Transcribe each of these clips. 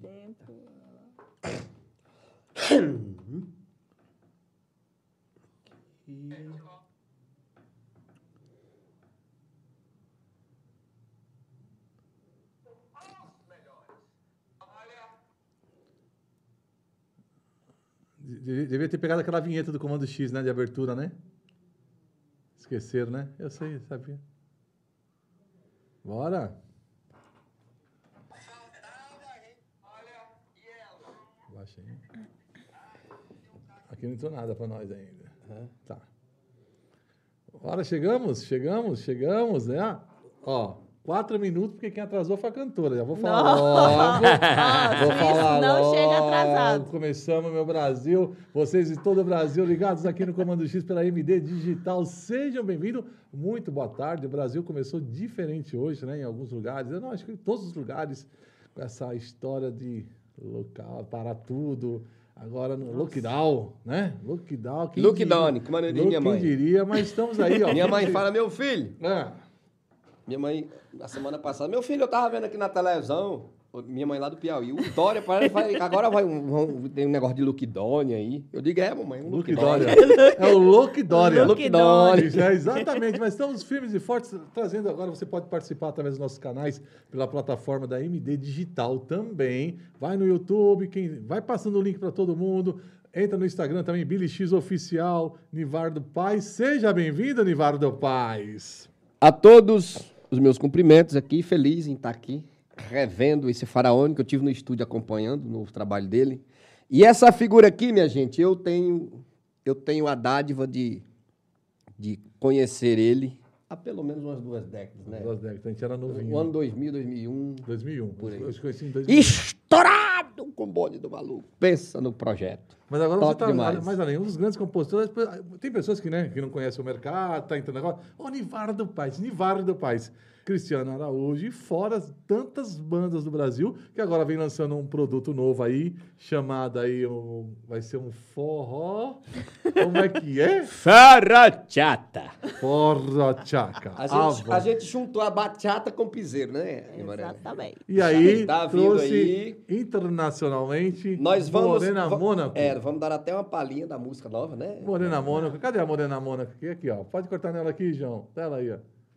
dentro. Devia ter pegado aquela vinheta do Comando X, né? De abertura, né? Esqueceram, né? Eu sei, sabia. Bora! Baixa aí. Aqui não entrou nada para nós ainda. Tá. Bora, chegamos, né? Ó, 4 minutos, porque quem atrasou foi a cantora. Já vou falar logo. Vou falar não logo. chega atrasado. Começamos, meu Brasil. Vocês de todo o Brasil ligados aqui no Comando X pela MD Digital. Sejam bem-vindos. Muito boa tarde. O Brasil começou diferente hoje, né? Em alguns lugares. Eu não acho que em todos os lugares, com essa história de local, parar tudo. Agora no lockdown, né? Lockdown. Lockdown, como eu diria minha mãe. Quem diria, mas estamos aí, ó. Minha mãe fala, meu filho. Ah. Minha mãe, na semana passada, meu filho, eu tava vendo aqui na televisão, minha mãe lá do Piauí, o Dória, parece agora tem um negócio de lockdown aí. Eu digo, mamãe, um lockdown. É o Lockdown. Lockdown. É, exatamente, mas estamos firmes e fortes, trazendo agora, você pode participar através dos nossos canais, pela plataforma da MD Digital também. Vai no YouTube, vai passando o link para todo mundo. Entra no Instagram também, Billy X Oficial, Nivardo Paz. Seja bem-vindo, Nivardo Paz. A todos os meus cumprimentos aqui, feliz em estar aqui, revendo esse faraônico que eu tive no estúdio acompanhando o novo trabalho dele. E essa figura aqui, minha gente, eu tenho a dádiva de conhecer ele há pelo menos umas 2 décadas, né? 2 décadas, a gente era novinho. O ano 2000, 2001. 2001, por aí. Eu conheci em 2001. Estourado com o bonde do maluco. Pensa no projeto. Mas agora Top você está demais. mais além. Um dos grandes compositores. Tem pessoas que não conhecem o mercado, tá entrando agora. Nivardo Paz. Cristiano Araújo, e fora tantas bandas do Brasil, que agora vem lançando um produto novo aí, chamado aí, vai ser um forró. Como é que é? Farachata. Forrochaca. A gente juntou a bachata com o piseiro, né? Exatamente. E aí, Tá vindo trouxe aí. internacionalmente Nós vamos... Morena Mônaco. Vamos dar até uma palhinha da música nova, né? Morena Mônaco. Cadê a Morena Mônaco? Aqui, ó. Pode cortar nela aqui, João. Ela aí, ó.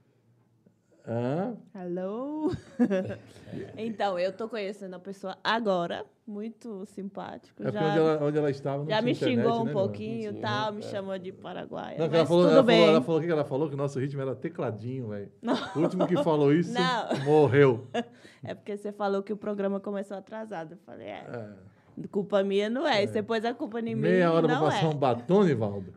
Alô? Então, eu tô conhecendo a pessoa agora, muito simpático. É porque onde ela estava não já tinha me internet, xingou um né, pouquinho e tal, me chamou de Paraguaia. Não, mas ela tudo bem. falou que ela falou que o nosso ritmo era tecladinho, velho. O último que falou isso morreu. É porque você falou que o programa começou atrasado. Eu falei, culpa minha não é. Você pôs a culpa em mim. Meia hora não pra passar é. um batom, Nivaldo.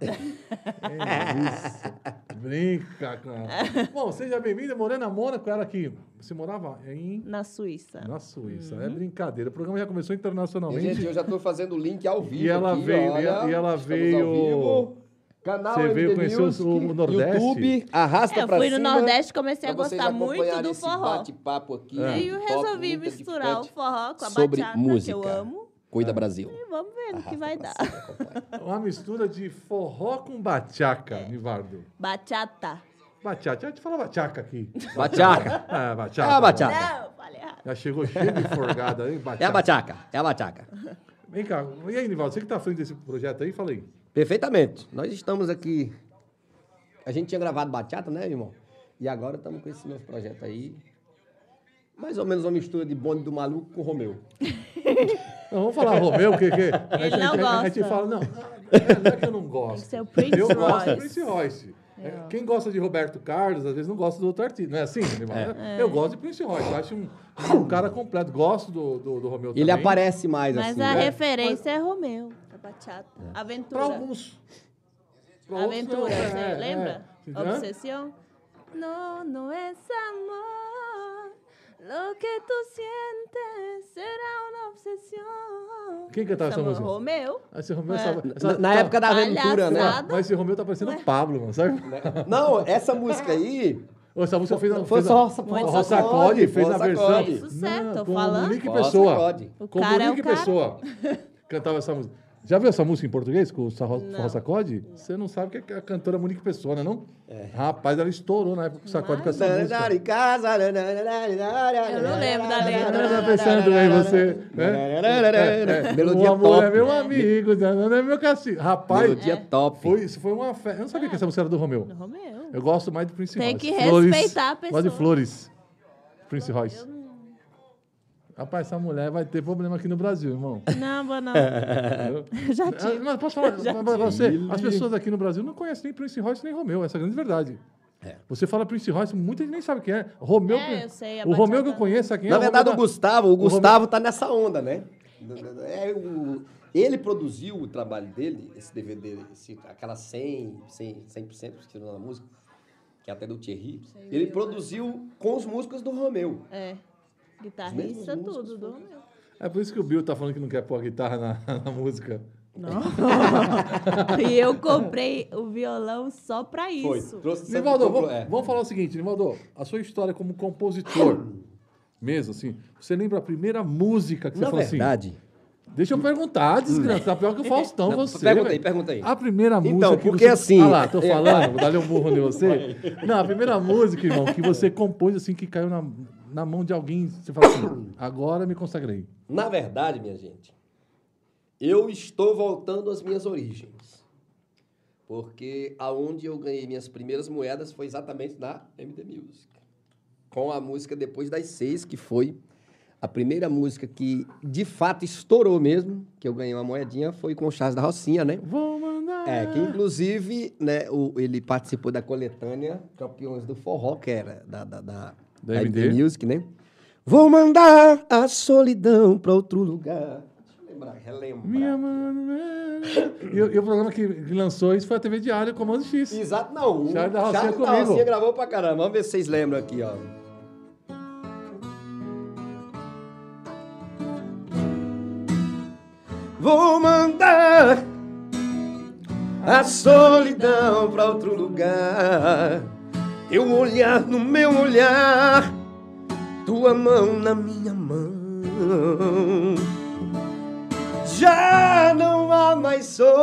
Isso. Brinca, cara. Bom, seja bem-vinda, Morena Mônaco, ela que você morava na Suíça. Na Suíça, é brincadeira. O programa já começou internacionalmente. Gente, eu já estou fazendo o link ao vivo. E ela aqui, veio, olha, e ela veio. ao vivo. Canal Você veio MD conhecer Music, o Nordeste? YouTube, arrasta pra cima. Eu fui no Nordeste e comecei a gostar muito do esse forró. bate-papo aqui. E eu top, resolvi muito misturar o edificante forró com a sobre bachata, música. que eu amo. Cuida Brasil. E vamos ver no que vai dar. Uma mistura de forró com bachaca, Nivardo. Bachata. Bachata. A gente fala bachaca aqui. Bachaca. Bachaca. É a bachaca. Não, falei errado. Já chegou cheio de forgada aí, É a bachaca. É a bachaca. Vem cá. E aí, Nivaldo, você que tá à frente desse projeto aí, fala aí. Perfeitamente. Nós estamos aqui... A gente tinha gravado bachata, né, irmão? E agora estamos com esse novo projeto aí. Mais ou menos uma mistura de bonde do maluco com Romeu. Não, vamos falar Romeu, porque Ele não gosta. a gente fala, não é que eu não gosto. Esse é o Prince Eu gosto do Royce. Prince Royce. Quem gosta de Roberto Carlos, às vezes não gosta do outro artista. Não é assim, Nivaldo? Eu gosto de Prince Royce. Eu acho um cara completo. Gosto do Romeu também. Ele aparece mais Mas assim. a né? referência é Romeu, a bachata. Aventura. Para alguns. Pra outros, Aventura, não. você lembra? Hã? Obsesión. No es amor. Lo que tu sientes será una obsesión. Quem cantava essa música? Romeu. Esse Romeu Na época da aventura, né? Palhaçada. Mas esse Romeu tá parecendo o Pablo, mano, sabe? Não, essa música aí... Essa música fez Foi só Forró Sacode, fez na versão. Isso certo, tô com falando. Monique Forró Pessoa. Sacode. O Com cara é o Monique cara. Pessoa. Cantava essa música. Já viu essa música em português, com o Forró Não. Sacode? Você não sabe que é a cantora Monique Pessoa, né, não? Rapaz, ela estourou na época com o Sacode com essa música. Em casa. Eu não lembro da letra. Eu tava pensando em você. Né? Melodia o amor top. é meu amigo, não é meu cacique. Rapaz, Melodia top. isso foi uma festa. Eu não sabia que essa música era do Romeu. Romeu. Eu gosto mais do Prince Tem Royce. que Flores. respeitar a pessoa. Gosto de Flores. Prince Royce. Eu não... Rapaz, essa mulher vai ter problema aqui no Brasil, irmão. Não, vou não. Entendeu? Eu já tive. Mas posso falar pra você? As pessoas aqui no Brasil não conhecem nem Prince Royce nem Romeu. Essa é a grande verdade. Você fala Prince Royce, muita gente nem sabe quem é. Romeu, Eu sei. o Romeu que eu conheço, sabe quem é? Na verdade, Romeu o Gustavo tá nessa onda, né? Ele produziu o trabalho dele, esse DVD, aquela 100%, que tirou na música, que é até do Thierry. Ele produziu com os músicos do Romeu. Guitarrista, tudo do Romeu. É por isso que o Bill tá falando que não quer pôr a guitarra na música. Não. E eu comprei o violão só pra isso. Nivaldo, vamos falar o seguinte, Nivaldo, a sua história como compositor, mesmo assim, você lembra a primeira música que você falou verdade, assim? Deixa eu perguntar, desgraça, tá pior que o Faustão, você. Pergunta aí. A primeira música então, que porque você... assim... Ah lá, tô falando, vou dar um burro em você. Não, a primeira música, irmão, que você compôs assim, que caiu na mão de alguém, você fala assim, agora me consagrei. Na verdade, minha gente, eu estou voltando às minhas origens. Porque aonde eu ganhei minhas primeiras moedas foi exatamente na MD Music. Com a música Depois das 6, que foi a primeira música que, de fato, estourou mesmo, que eu ganhei uma moedinha, foi com o Charles da Rocinha, né? Vou mandar... Que inclusive, né, ele participou da coletânea Campeões do Forró, que era da MD Music, né? Vou mandar a solidão para outro lugar. Relembrar. Minha mano. E o programa que lançou isso foi a TV Diário, Comando X. Exato, não. O Charles da Rocinha Charles da comigo. Rocinha gravou pra caramba. Vamos ver se vocês lembram aqui, ó. Vou mandar a solidão pra outro lugar. Teu olhar no meu olhar, tua mão na minha mão. Já não há mais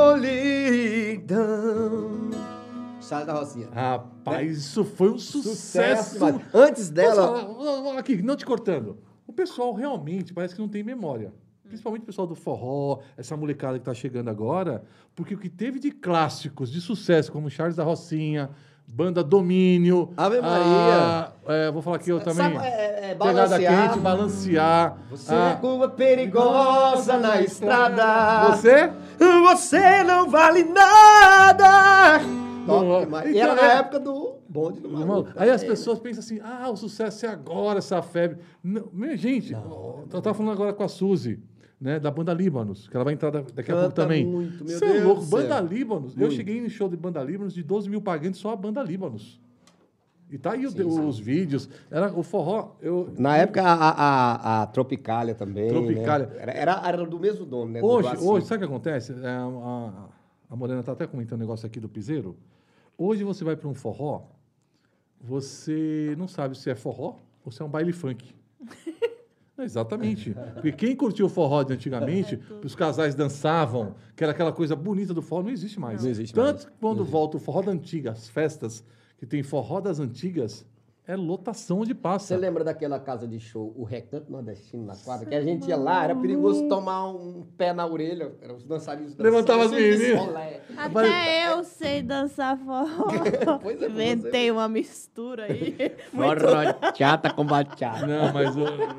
solidão. Charles da Rocinha. Rapaz, isso foi um sucesso. Antes dela... Posso falar, aqui, não te cortando. O pessoal realmente parece que não tem memória. Principalmente o pessoal do forró, essa molecada que tá chegando agora. Porque o que teve de clássicos, de sucesso, como Charles da Rocinha, Banda Domínio... Ave Maria. Vou falar aqui eu também. Balancear. Pegada Quente, Balancear. Você é curva perigosa na estrada. Você? Você não vale nada. Não, Top, então, era na época do bonde do maluco. Aí as pessoas pensam assim, o sucesso é agora, essa febre. Não, minha gente, eu tava falando agora com a Suzy, né, da Banda Líbanos, que ela vai entrar daqui a pouco também. Muito, meu Você é Deus louco, do céu. Banda Líbanos. Eu Muito. cheguei no show de Banda Líbanos de 12 mil pagantes, só a Banda Líbanos. E tá aí os vídeos. Era o forró. Na época, a Tropicália também. Tropicália. Né? Era do mesmo dono, né? Hoje, sabe o que acontece? A Morena tá até comentando um negócio aqui do piseiro. Hoje você vai para um forró, você não sabe se é forró ou se é um baile funk. Exatamente. Porque quem curtiu o forró de antigamente, os casais dançavam, que era aquela coisa bonita do forró, não existe mais. Não existe Tanto mais. quando volta o forró da antiga, as festas, que tem forró das antigas, é lotação de passa. Você lembra daquela casa de show, o Recanto Nordestino na quadra? Que a gente ia lá, era perigoso tomar um pé na orelha. Eram os dançarinos. Levantava as meninas. Até eu sei dançar forró. Pois é, Inventei uma mistura aí. Chata com bachata. Não, mas...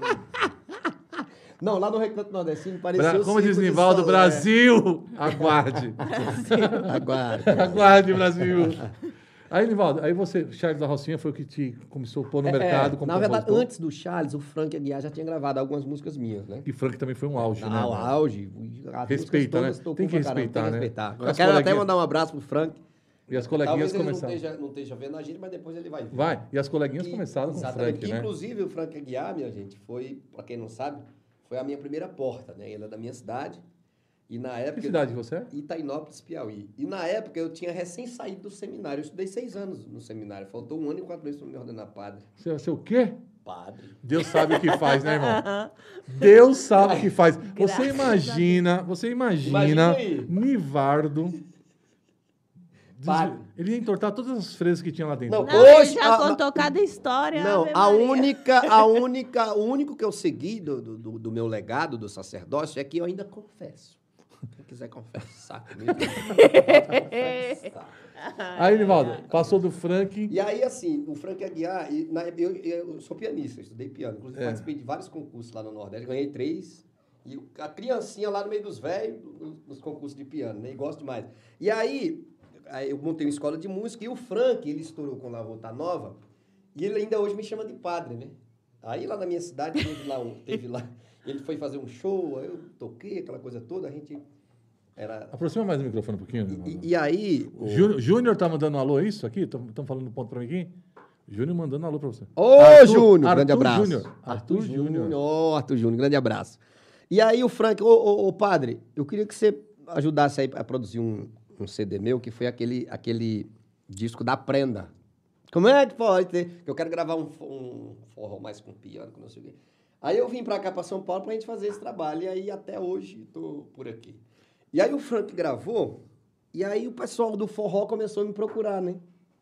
Não, lá no Recanto Nordestino parecia Como diz Nivaldo, Brasil, aguarde. Aguarde, Brasil. Aí, Nivaldo, Charles da Rocinha foi o que te começou a pôr no mercado como na verdade, compositor. antes do Charles, o Frank Aguiar já tinha gravado algumas músicas minhas, né? E Frank também foi um auge, né? O auge. Respeita, né? Tem que respeitar, né? Eu quero até mandar um abraço pro Frank. E as coleguinhas começaram. Talvez não esteja vendo a gente, mas depois ele vai ver. Vai. E as coleguinhas começaram com o Frank, né? Inclusive, o Frank Aguiar, minha gente, foi, pra quem não sabe, foi a minha primeira porta, né? Ele é da minha cidade. E na época... Que cidade você é? Itainópolis, Piauí. E na época eu tinha recém saído do seminário. Eu estudei 6 anos no seminário. Faltou 1 ano e 4 meses para me ordenar padre. Você o quê? Padre. Deus sabe o que faz, né, irmão? Deus sabe o que faz. Você imagina aí. Nivardo. Padre. Ele ia entortar todas as fresas que tinha lá dentro. Não, Não, hoje, ele já contou cada história. Não, Ave Maria. o único que eu segui do meu legado do sacerdócio é que eu ainda confesso. Quem quiser confessar comigo, pode confessar. Aí, Nivaldo, passou do Frank. E aí, assim, o Frank Aguiar, eu sou pianista, eu estudei piano. Inclusive, participei de vários concursos lá no Nordeste, ganhei 3. E a criancinha lá no meio dos velhos, nos concursos de piano, né? E gosto demais. E aí eu montei uma escola de música e o Frank, ele estourou com a Volta Nova e ele ainda hoje me chama de padre, né? Aí lá na minha cidade teve lá ele foi fazer um show, aí eu toquei, aquela coisa toda, a gente era... Aproxima mais o microfone um pouquinho. E aí... Júnior tá mandando um alô, é isso aqui? Estão falando um ponto pra mim aqui? Júnior mandando um alô pra você. Ô, Júnior, grande abraço. Arthur Júnior. Ô, Arthur Júnior, grande abraço. E aí o Frank, ô padre, eu queria que você ajudasse aí a produzir um CD meu, que foi aquele disco da Prenda. Como é que pode ter? Eu quero gravar um forró mais com piano, com não sei o quê. Aí eu vim pra cá, pra São Paulo, pra gente fazer esse trabalho. E aí até hoje tô por aqui. E aí o Frank gravou, e aí o pessoal do forró começou a me procurar, né?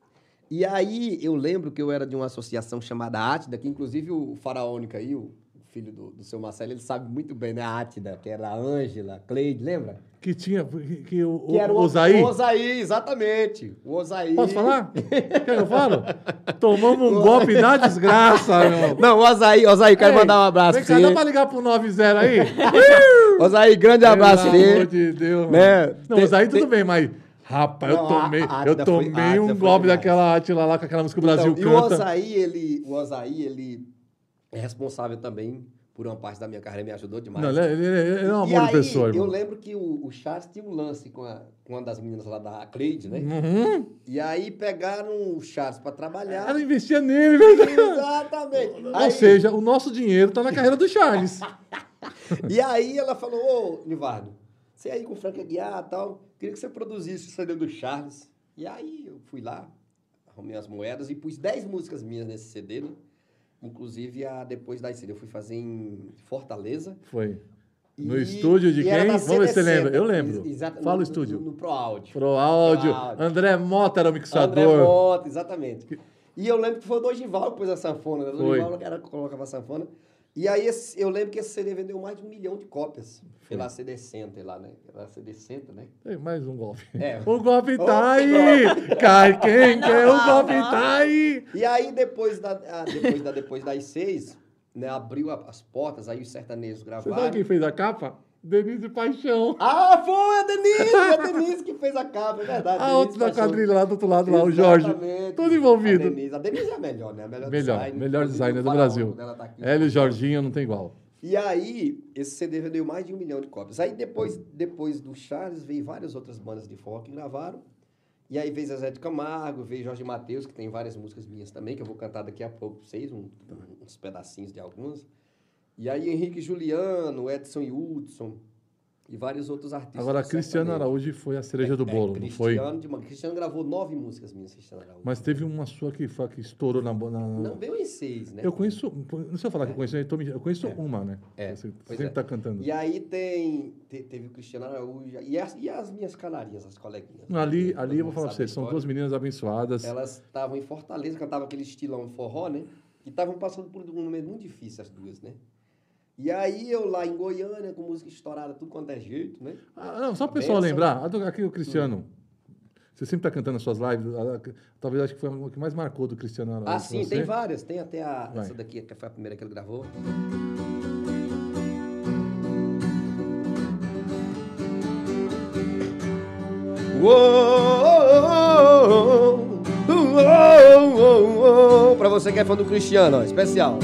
E aí eu lembro que eu era de uma associação chamada Átida, que inclusive o Faraônica aí, o filho do seu Marcelo, ele sabe muito bem, né? A Átida, que era a Ângela, Cleide, lembra? Que tinha, que era o Osaí? O Osaí, exatamente. O Osaí. Posso falar? Quer que eu falo? Tomamos um golpe da desgraça, meu. Não, o Osaí, quero mandar um abraço pra você. Dá pra ligar pro 90 aí? Osaí, grande abraço Pelo aí. amor de Deus. Né? Não, Osaí tudo bem, mas... Rapaz, eu tomei um golpe daquela Átila lá com aquela música que o Brasil então, canta. E o Osaí, ele é responsável também por uma parte da minha carreira, me ajudou demais. Não, ele é um amor de pessoa, irmão. Eu lembro que o Charles tinha um lance com uma das meninas lá da Cleide, né? Uhum. E aí pegaram o Charles pra trabalhar. Ela investia nele, verdade? Exatamente. Ou seja, o nosso dinheiro tá na carreira do Charles. E aí ela falou, ô, Nivardo, você aí com o Frank Aguiar e tal, queria que você produzisse o CD do Charles. E aí eu fui lá, arrumei as moedas e pus 10 músicas minhas nesse CD, né? Inclusive, depois da CD eu fui fazer em Fortaleza. Foi. No estúdio de quem? Vamos ver se você lembra. Eu lembro. Fala o estúdio. No Pro Áudio. Pro Áudio. André Mota era o mixador. André Mota, exatamente. E eu lembro que foi o Dorival que pôs a sanfona. O Dorival era que colocava a sanfona. E aí eu lembro que esse CD vendeu mais de 1 milhão de cópias. Pela CD Center lá, né? Pela CD Center, né? Tem mais um golpe. É. O golpe tá aí! Cai quem quer, o golpe tá aí! E aí, depois das 6, né, abriu as portas, aí os sertanejos gravaram. Você sabe quem fez a capa? Denise Paixão. Ah, foi a Denise que fez a capa, é verdade. A outra da quadrilha lá do outro lado, lá, o Jorge. Todo envolvido. A Denise é a melhor, né? Melhor designer do Brasil. Ela e o Jorginho não tem igual. E aí, esse CD vendeu mais de 1 milhão de cópias. Aí, depois do Charles, veio várias outras bandas de forró que gravaram. E aí veio Zezé de Camargo, veio Jorge Mateus, que tem várias músicas minhas também, que eu vou cantar daqui a pouco pra vocês, uns pedacinhos de algumas. E aí Henrique Juliano, Edson e Hudson e vários outros artistas. Agora, Cristiano Araújo foi a cereja do bolo, não foi? Cristiano gravou 9 músicas minhas, Cristiano Araújo. Mas teve uma sua que estourou na... Não, veio em 6, né? Eu conheço... Não sei eu falar que eu conheço, eu conheço uma, né? Você sempre tá cantando. E aí teve o Cristiano Araújo e as minhas canarinhas, as coleguinhas. Ali eu vou falar pra vocês, são 2 meninas abençoadas. Elas estavam em Fortaleza, cantavam aquele estilão forró, né? E estavam passando por um momento muito difícil, as duas, né? E aí eu lá em Goiânia, com música estourada, tudo quanto é jeito, né? Não, só para o pessoal lembrar, aqui o Cristiano, você sempre está cantando as suas lives, talvez acho que foi o que mais marcou do Cristiano Araújo. Ah, sim, tem várias, tem até essa daqui, que foi a primeira que ele gravou. Pra você que é fã do Cristiano, ó, especial.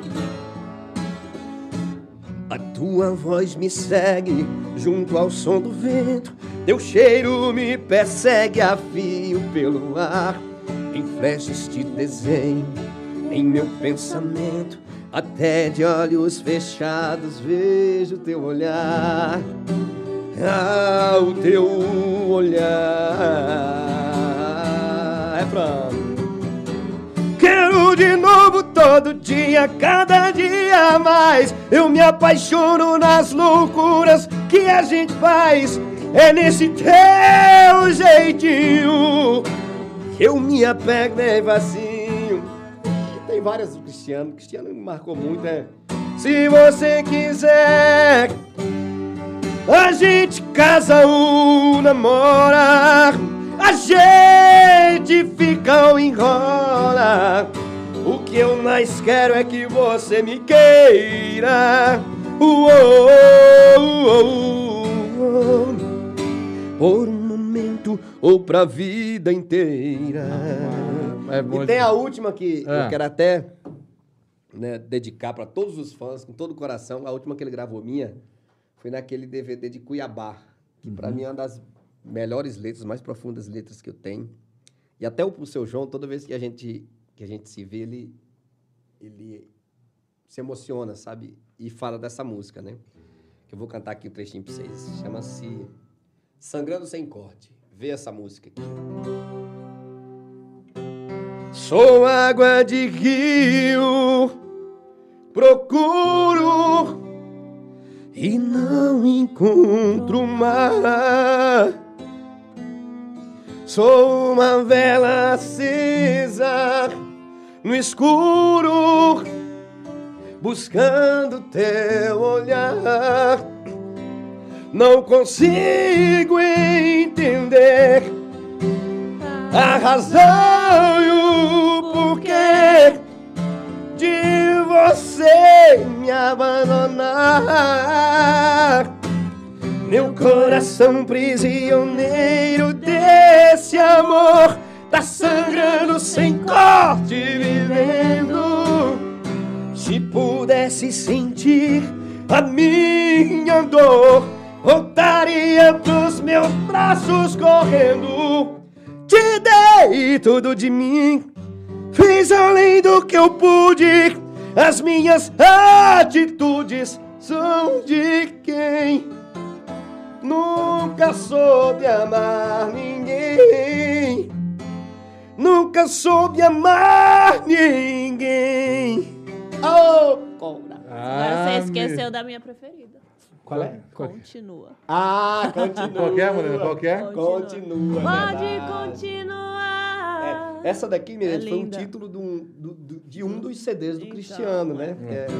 A tua voz me segue junto ao som do vento, teu cheiro me persegue a fio pelo ar. Em flechas te desenho em meu pensamento, até de olhos fechados vejo teu olhar. Ah, o teu olhar é pra... Quero de novo todo dia, cada dia mais, eu me apaixono nas loucuras que a gente faz. É nesse teu jeitinho que eu me apego bem facinho. Tem várias do Cristiano. O Cristiano me marcou muito, né? Se você quiser, a gente casa ou namora, a gente fica ou enrola. O que eu mais quero é que você me queira. Por um momento ou pra vida inteira. E tem a última que eu quero até, né, dedicar pra todos os fãs, com todo o coração. A última que ele gravou minha foi naquele DVD de Cuiabá, que pra mim é uma das melhores letras, mais profundas letras que eu tenho. E até o seu João, toda vez que a gente se vê, ele se emociona, sabe? E fala dessa música, né? Que eu vou cantar aqui um trechinho pra vocês. Chama-se Sangrando Sem Corte. Vê essa música aqui. Sou água de rio, procuro e não encontro mar. Sou uma vela acesa no escuro, buscando teu olhar. Não consigo entender a razão e o porquê de você me abandonar. Meu coração prisioneiro desse amor tá sangrando sem corte, vivendo. Se pudesse sentir a minha dor, voltaria pros meus braços correndo. Te dei tudo de mim, fiz além do que eu pude. As minhas atitudes são de quem nunca soube amar ninguém. Nunca soube amar ninguém. Oh, cobra. Agora você esqueceu da minha preferida. Qual é? Continua. Ah, continua. Qual que é, Morena? Qual que é? Continua. Pode continuar. Essa daqui, minha gente, foi um linda. título de um dos CDs do Então, Cristiano, né?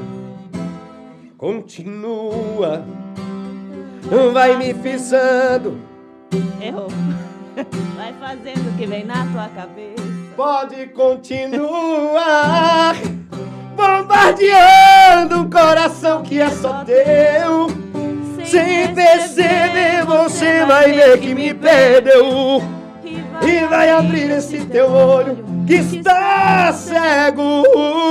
Continua. Vai me fissando. Errou. Vai fazendo o que vem na tua cabeça. Pode continuar. Bombardeando um coração que é só teu. Sem perceber, você vai ver que me perdeu. E vai abrir esse teu olho que está cego.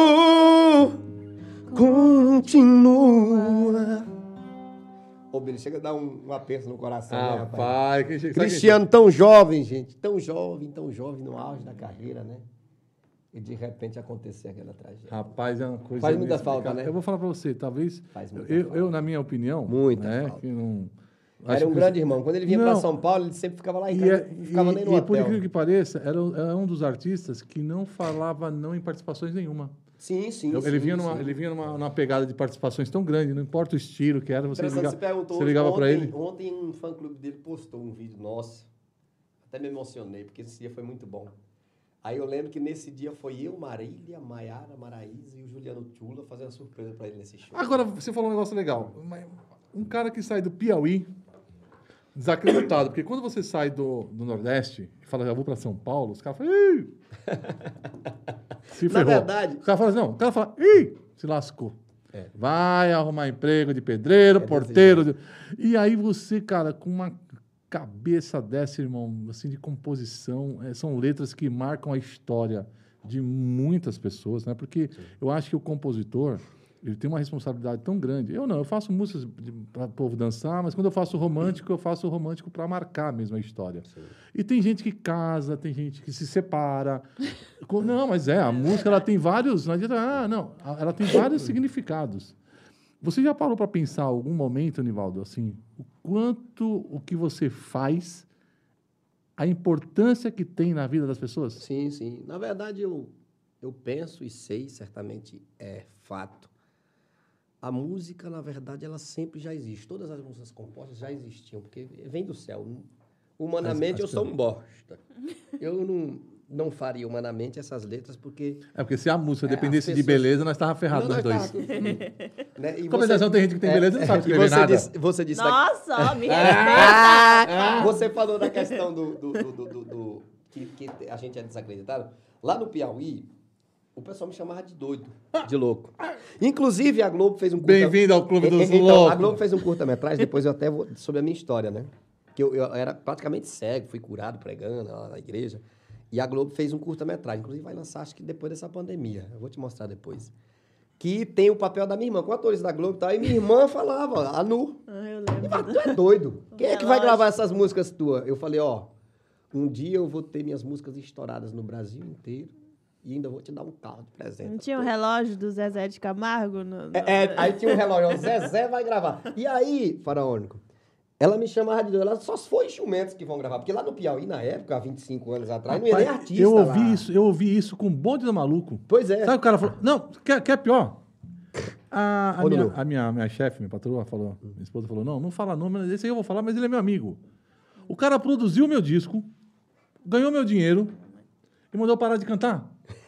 Continua. Ô, Billy, chega a dar um aperto no coração, né, rapaz? Cristiano, tão jovem, gente. Tão jovem no auge da carreira, né? E de repente acontecer aquela tragédia. Rapaz, é uma coisa... Faz muita falta, né? Eu vou falar pra você, talvez... Faz muita eu, na minha opinião... Muita né, falta. que não... Era um grande irmão. Quando ele vinha para São Paulo, ele sempre ficava lá em casa, não ficava nem no e hotel. por incrível que pareça, era um dos artistas que não falava não em participações nenhuma. Sim. Ele vinha numa pegada de participações tão grande, não importa o estilo que era, você você ligava para ele. Ontem um fã-clube dele postou um vídeo, nossa, até me emocionei, porque esse dia foi muito bom. Aí eu lembro que nesse dia foi eu, Marília, Maiara, Maraísa e o Juliano Tula fazendo uma surpresa para ele nesse show. Agora, você falou um negócio legal. Um cara que sai do Piauí, desacreditado, porque quando você sai do Nordeste e fala, já vou para São Paulo, os caras falam, ih! Se ferrou. Na verdade... O cara fala, ih! Se lascou. Vai arrumar emprego de pedreiro, porteiro. E aí você, cara, com uma cabeça dessa, irmão, assim, de composição, são letras que marcam a história de muitas pessoas, né? Porque eu acho que o compositor, ele tem uma responsabilidade tão grande. Eu faço músicas para o povo dançar, mas quando eu faço romântico para marcar mesmo a história. Sim. E tem gente que casa, tem gente que se separa. Não, mas a música ela tem vários... Não adianta, ela tem vários significados. Você já parou para pensar em algum momento, Nivaldo, assim, o quanto o que você faz, a importância que tem na vida das pessoas? Sim. Na verdade, eu eu penso e sei, certamente é fato. A música, na verdade, ela sempre já existe. Todas as músicas compostas já existiam, porque vem do céu. Humanamente, eu sou um bosta. Eu não faria humanamente essas letras, porque... Porque se a música dependesse de beleza, nós estávamos ferrados nós dois. Né? E Compensação, tem gente que tem beleza e não sabe escrever nada. Você disse Nossa, me respeita! Você falou da questão que a gente é desacreditado. Lá no Piauí, o pessoal me chamava de doido, de louco. Inclusive, a Globo fez um curta... Bem-vindo ao Clube dos Então, Loucos. a Globo fez um curta-metragem, depois eu até vou... Sobre a minha história, né? Que eu era praticamente cego, fui curado pregando lá na igreja. E a Globo fez um curta-metragem. Inclusive, vai lançar, acho que depois dessa pandemia. Eu vou te mostrar depois. Que tem o papel da minha irmã, com atores da Globo e tal. E minha irmã falava, a Nu. Eu lembro. Tu é doido. Quem é que vai gravar essas músicas tuas? Eu falei, um dia eu vou ter minhas músicas estouradas no Brasil inteiro e ainda vou te dar um carro de presente. Não tinha um relógio do Zezé de Camargo? Aí tinha um relógio, o Zezé vai gravar. E aí, Faraônico, ela me chamava de doido. Ela só foi instrumentos que vão gravar. Porque lá no Piauí, na época, há 25 anos atrás, não ia nem artista Eu ouvi isso com um bonde do maluco. Pois é. Sabe o cara falou? Não, quer pior? A minha chefe, minha patroa, falou, minha esposa falou, não fala nome, mas esse aí eu vou falar, mas ele é meu amigo. O cara produziu meu disco, ganhou meu dinheiro e mandou parar de cantar.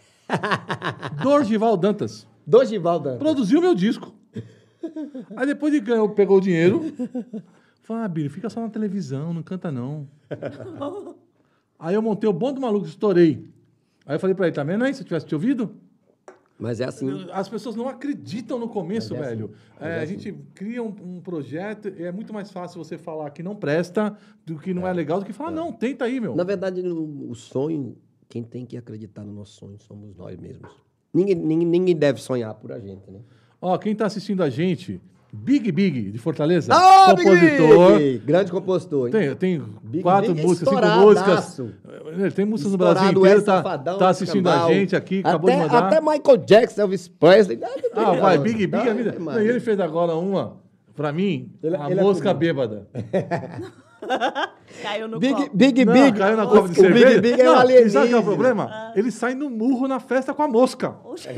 Dorival Dantas. Produziu meu disco. Aí depois de ganhar, pegou o dinheiro, falou, Billy, fica só na televisão, não canta não. Aí eu montei o bonde do maluco, estourei. Aí eu falei pra ele, tá vendo aí, se eu tivesse te ouvido? Mas é assim. As pessoas não acreditam no começo, velho. Assim. A gente cria um projeto e é muito mais fácil você falar que não presta do que não é legal do que falar, não, tenta aí, meu. Na verdade, o sonho, quem tem que acreditar no nosso sonho somos nós mesmos. Ninguém deve sonhar por a gente, né? Quem tá assistindo a gente, Big, de Fortaleza, compositor. Big! Grande compositor, hein? Tem 4 músicas, 5 músicas. Tem músicas no Brasil inteiro, tá assistindo a gente aqui, acabou de mandar. Até Michael Jackson, Elvis Presley. Vai, Big, a vida. E ele fez agora uma, pra mim, a mosca bêbada. Caiu no copo. Big. Caiu na copa de cerveja. Big é um alienígena. Sabe qual é o problema? Ele sai no murro na festa com a mosca.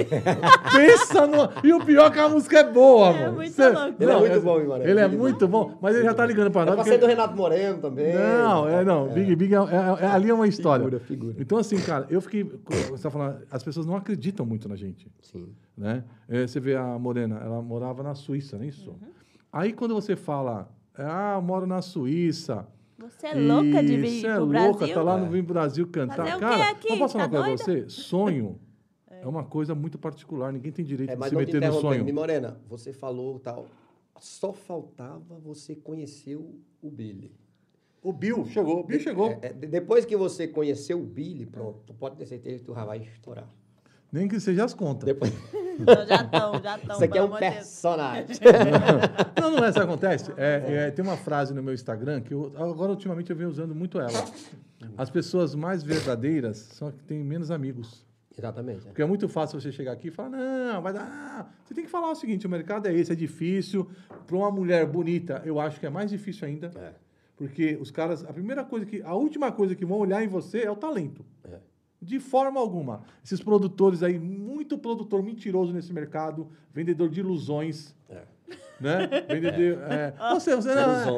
Pensa no... E o pior é que a música é boa, mano. Muito louco. Ele é muito bom, hein, mano? Ele é muito bom, mas ele já tá ligando pra nós. Eu passei do Renato Moreno também. Não. Big ali é uma história. Figura. Então, assim, cara, eu fiquei... Você tá falando, as pessoas não acreditam muito na gente. Sim. Né? Você vê a Morena, ela morava na Suíça, não é isso? Aí, quando você fala... eu moro na Suíça. Você é louca de vir pro Brasil? Você é louca, tá lá no vir pro Brasil cantar. Fazer o cara, quê aqui? vou passar uma Tá coisa pra você. Sonho é uma coisa muito particular. Ninguém tem direito de Mas se meter no sonho. Morena, você falou tal. Só faltava você conhecer o Billy. O Bill chegou. Depois que você conheceu o Billy, pronto, tu pode ter certeza que tu já vai estourar. Nem que seja as contas. Depois... Então, já estão. Isso aqui é um personagem. Não é isso que acontece. Tem uma frase no meu Instagram que agora ultimamente eu venho usando muito ela. As pessoas mais verdadeiras são as que têm menos amigos. Exatamente. Porque é muito fácil você chegar aqui e falar, não, vai dar... Você tem que falar o seguinte, o mercado é esse, é difícil. Para uma mulher bonita, eu acho que é mais difícil ainda. Porque os caras, a última coisa que vão olhar em você é o talento. De forma alguma. Esses produtores aí, muito produtor mentiroso nesse mercado, vendedor de ilusões. Né? Vendedor... Você o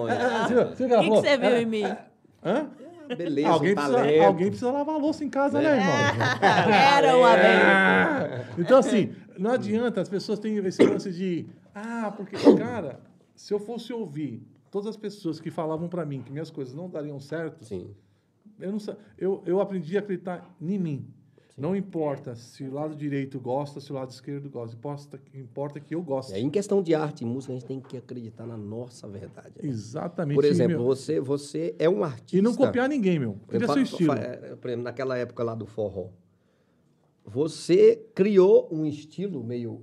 que você viu em mim? Beleza, alguém precisa lavar a louça em casa, né, irmão? Era uma vez. Então, assim, não adianta, as pessoas têm esse lance de... porque, cara, se eu fosse ouvir todas as pessoas que falavam pra mim que minhas coisas não dariam certo... Sim. Eu aprendi a acreditar em mim. Sim. Não importa se o lado direito gosta, se o lado esquerdo gosta. Importa que eu goste. Em questão de arte e música, a gente tem que acreditar na nossa verdade. Né? Exatamente. Por exemplo, você é um artista... E não copiar ninguém, meu. Cria seu estilo. Por exemplo, naquela época lá do forró, você criou um estilo meio...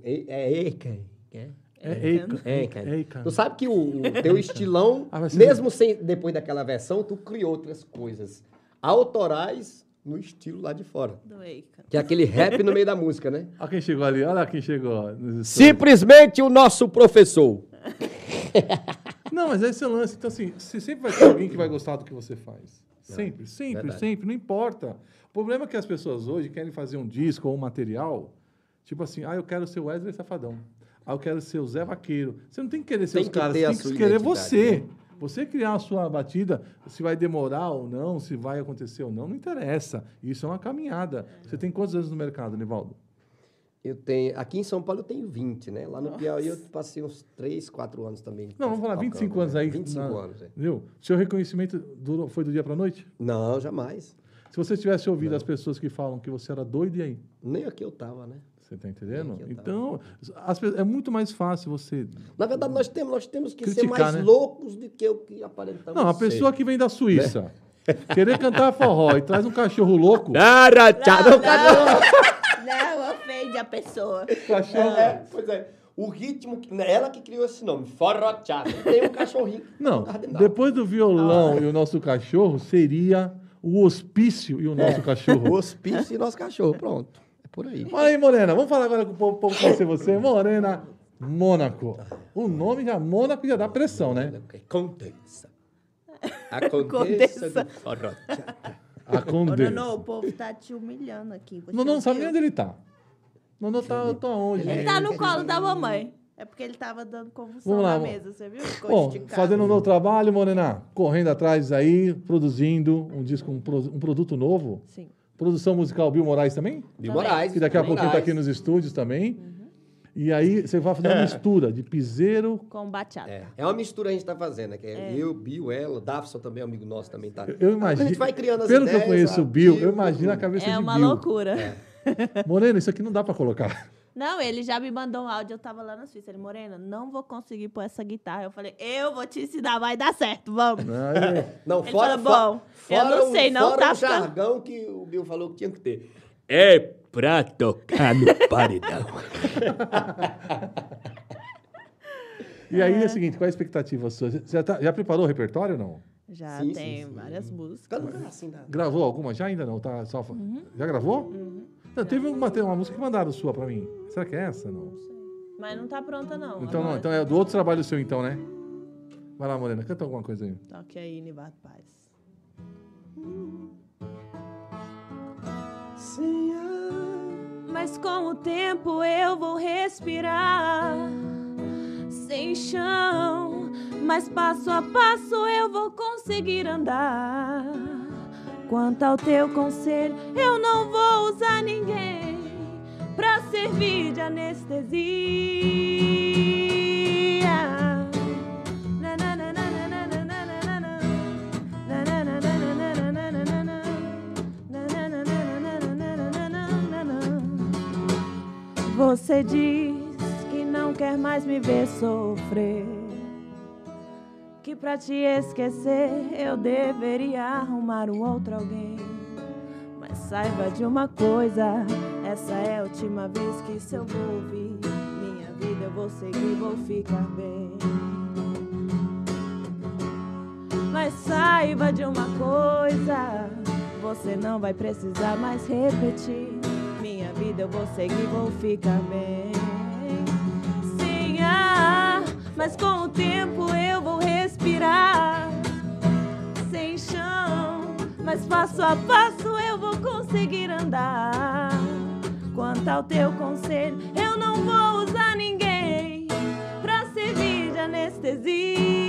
Tu sabe que o teu estilão, mesmo depois daquela versão, tu criou outras coisas autorais no estilo lá de fora. Do Eica. Que é aquele rap no meio da música, né? Olha quem chegou ali, olha quem chegou. Simplesmente o nosso professor. Não, mas esse é o lance. Então, assim, você sempre vai ter alguém que vai gostar do que você faz. Sempre, não importa. O problema é que as pessoas hoje querem fazer um disco ou um material, tipo assim, eu quero ser o Wesley Safadão. Eu quero ser o Zé Vaqueiro. Você não tem que querer ser os caras, você tem que querer você. Né? Você criar a sua batida, se vai demorar ou não, se vai acontecer ou não, não interessa. Isso é uma caminhada. Você tem quantos anos no mercado, Nivaldo? Aqui em São Paulo eu tenho 20, né? Lá no Piauí eu passei uns 3, 4 anos também. Não, vamos falar 25 anos aí. 25 anos, é. Viu? Seu reconhecimento foi do dia para a noite? Não, jamais. Se você tivesse ouvido as pessoas que falam que você era doido, e aí? Nem aqui eu tava, né? Você está entendendo? Então, é muito mais fácil você... Na verdade, nós temos que criticar, ser mais né? loucos do que o que aparentamos. Não, a pessoa que vem da Suíça, querer cantar forró e traz um cachorro louco... Não, ofende a pessoa. Cachorro... Pois é. O ritmo, ela que criou esse nome, forroteado. Tem um cachorrinho. Não, depois do violão e o nosso cachorro, seria o hospício e o nosso cachorro. O hospício e nosso cachorro, pronto. É por aí. Fala aí, Morena. Vamos falar agora com o povo conhecer você. Morena Mônaco. O nome já, Mônaco, já dá pressão, né? Condessa. A condessa do forroteado. A condessa. Nono, o povo tá te humilhando aqui. Você Não sabe nem onde ele tá. Nono tá onde? Ele tá no colo da mamãe. É porque ele tava dando convulsão na mesa, você viu? Ficou Bom, esticado. fazendo um novo trabalho, Morena, correndo atrás aí, produzindo um disco, um produto novo. Sim. Produção musical Bill Moraes também? Bill Moraes. Que daqui a pouquinho tá aqui nos estúdios também. E aí você vai fazer uma mistura de piseiro... Com bachata. É uma mistura que a gente tá fazendo, né? Que eu, Bill, ela, o Dafson também, amigo nosso, também tá. Eu imagino... A gente vai criando as pelo ideias. Que eu conheço o Bill, eu imagino a cabeça de Bill. É uma loucura. Morena, isso aqui não dá pra colocar. Não, ele já me mandou um áudio, eu tava lá na Suíça. Ele, Morena, não vou conseguir pôr essa guitarra. Eu falei, eu vou te ensinar, vai dar certo, vamos. Não, Ele fora, falou, bom, eu não sei, não fora tá o ficando... jargão que o Bill falou que tinha que ter. É pra tocar no paredão. E aí é o seguinte, qual é a expectativa sua? Você já preparou o repertório ou não? Já Sim, tem sim. várias músicas. Cada lugar assim, dá. Gravou alguma? Já ainda não? Tá só... Já gravou? Não, teve uma música que mandaram sua pra mim. Será que é essa? Não. Mas não tá pronta, não. Então, Agora. não, então é do outro trabalho seu, então, né? Vai lá, Morena, canta alguma coisa aí. Toque aí, Nivaldo Paz. Mas com o tempo eu vou respirar sem chão, mas passo a passo eu vou conseguir andar. Quanto ao teu conselho, eu não vou usar ninguém pra servir de anestesia. Você diz que não quer mais me ver sofrer, que pra te esquecer eu deveria arrumar um outro alguém. Mas saiba de uma coisa, essa é a última vez que isso eu vou ouvir. Minha vida eu vou seguir, vou ficar bem. Mas saiba de uma coisa, você não vai precisar mais repetir. Minha vida eu vou seguir, vou ficar bem. Sem ar, mas com o tempo eu vou respirar. Sem chão, mas passo a passo eu vou conseguir andar. Quanto ao teu conselho, eu não vou usar ninguém pra servir de anestesia.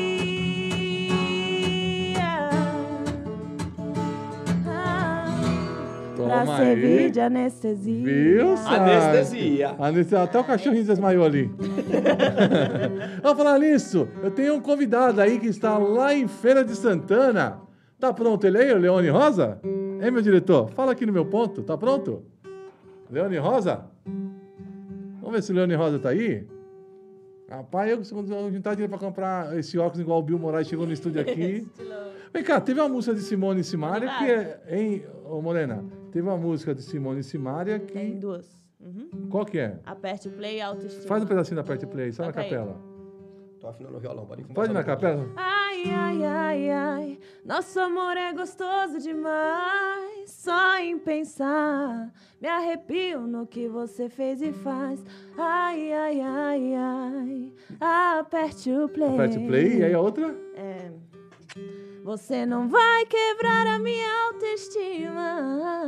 Pra servir de anestesia. Viu, Anestesia. Até o cachorrinho desmaiou ali. Vamos falar nisso. Eu tenho um convidado aí que está lá em Feira de Santana. Tá pronto ele aí, o Leone Rosa? Hein, meu diretor? Fala aqui no meu ponto. Tá pronto? Leone Rosa? Vamos ver se o Leone Rosa tá aí. Rapaz, eu juntar dinheiro pra comprar esse óculos igual o Bill Moraes chegou no estúdio aqui. Vem cá, teve uma música de Simone e Simaria que é... Hein, ô Morena? Teve uma música de Simone e Simaria que... Tem duas. Qual que é? Aperte o play e autoestima. Faz um pedacinho da Aperte Play, só na Toca aí. capela. Tô afinando o violão, pode Pode ir na capela? Ai, ai, ai, ai, nosso amor é gostoso demais. Só em pensar, me arrepio no que você fez e faz. Ai, ai, ai, ai, aperte o play. Aperte Play, e aí a outra? É... Você não vai quebrar a minha autoestima.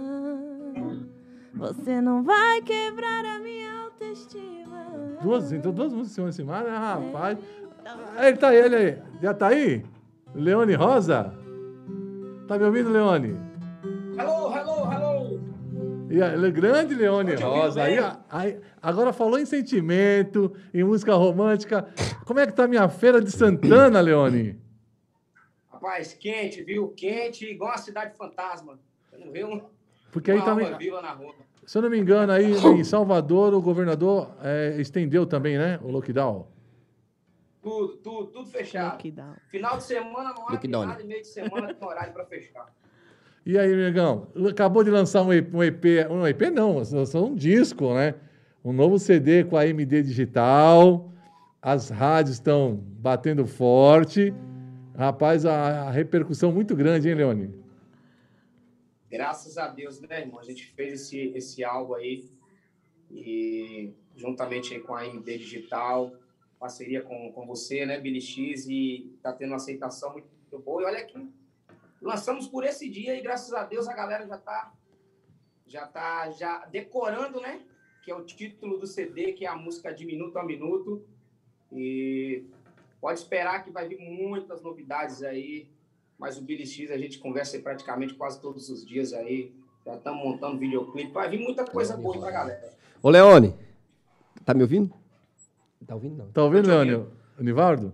Você não vai quebrar a minha autoestima. Então duas músicas em cima, né, rapaz? Ele tá aí, ele aí. Já tá aí? Leone Rosa? Tá me ouvindo, Leone? Hello, hello, hello. E a grande Leone Rosa. Aí, agora falou em sentimento, em música romântica. Como é que tá a minha feira de Santana, Leone? Rapaz, quente, viu? Quente, igual a cidade fantasma. Você não vê Porque aí uma também, alma viva na rua. se eu não me engano, aí em Salvador, o governador estendeu também, né? O lockdown. Tudo fechado. Lockdown. Final de semana não abre Lockdown. nada e meio de semana tem horário para fechar. E aí, negão, acabou de lançar um EP não, só um disco, né? Um novo CD com a MD Digital, as rádios estão batendo forte. Rapaz, a repercussão muito grande, hein, Leone? Graças a Deus, né, irmão? A gente fez esse álbum aí e juntamente aí com a MD Digital, parceria com você, né, Billy X, e tá tendo uma aceitação muito boa. E olha aqui, lançamos por esse dia e graças a Deus a galera já tá decorando, né? Que é o título do CD, que é a música de Minuto a Minuto. E pode esperar que vai vir muitas novidades aí. Mas o Billy X a gente conversa aí praticamente quase todos os dias aí. Já estamos montando videoclipe. Vai vir muita coisa boa aí pra galera. Ô, Leone, tá me ouvindo? Tá ouvindo, não. Tá ouvindo, Tô te Leone? ouvindo. Nivaldo?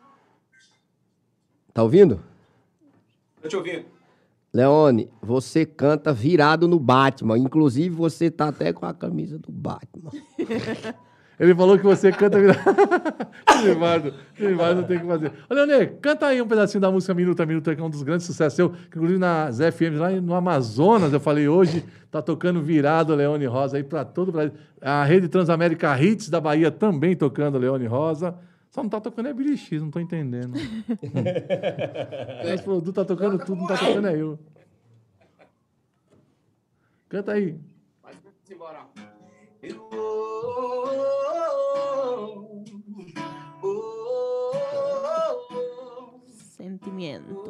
Tá ouvindo? Tô te ouvindo. Leone, você canta virado no Batman. Inclusive, você tá até com a camisa do Batman. Ele falou que você canta... Nivaldo tem que fazer. Ô, Leone, canta aí um pedacinho da música Minuto a Minuto, que é um dos grandes sucessos seu, que inclusive nas FMs lá no Amazonas, eu falei hoje, tá tocando virado Leone Rosa aí pra todo o Brasil. A Rede Transamérica Hits da Bahia também tocando Leone Rosa. Só não tá tocando é Billy X, não tô entendendo. Mas o Du tá tocando tudo, não tá tocando é eu. Canta aí. Mas vamos embora. Sentimento.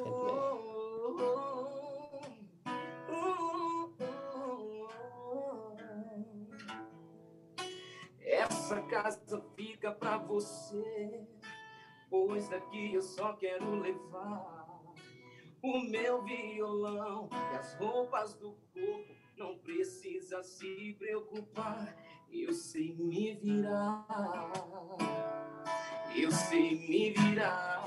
Essa casa fica pra você, pois daqui eu só quero levar o meu violão e as roupas do corpo. Não precisa se preocupar, eu sei me virar, eu sei me virar.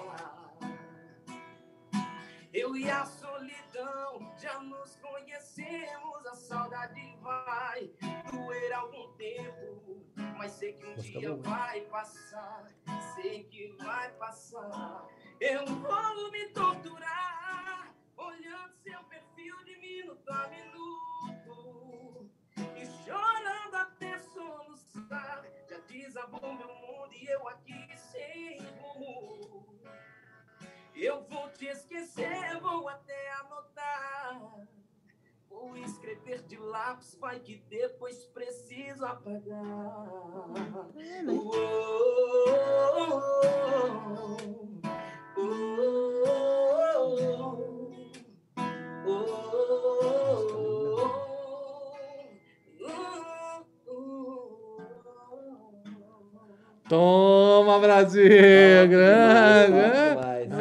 Eu e a solidão já nos conhecemos, a saudade vai doer algum tempo, mas sei que um dia vai passar, sei que vai passar. Eu vou me torturar, olhando seu perfil de minuto a minuto, e chorando até soluçar. Já desabou meu mundo e eu aqui sem rumo. Eu vou te esquecer, vou até anotar, vou escrever de lápis, vai que depois preciso apagar. Toma, Brasil! Grande!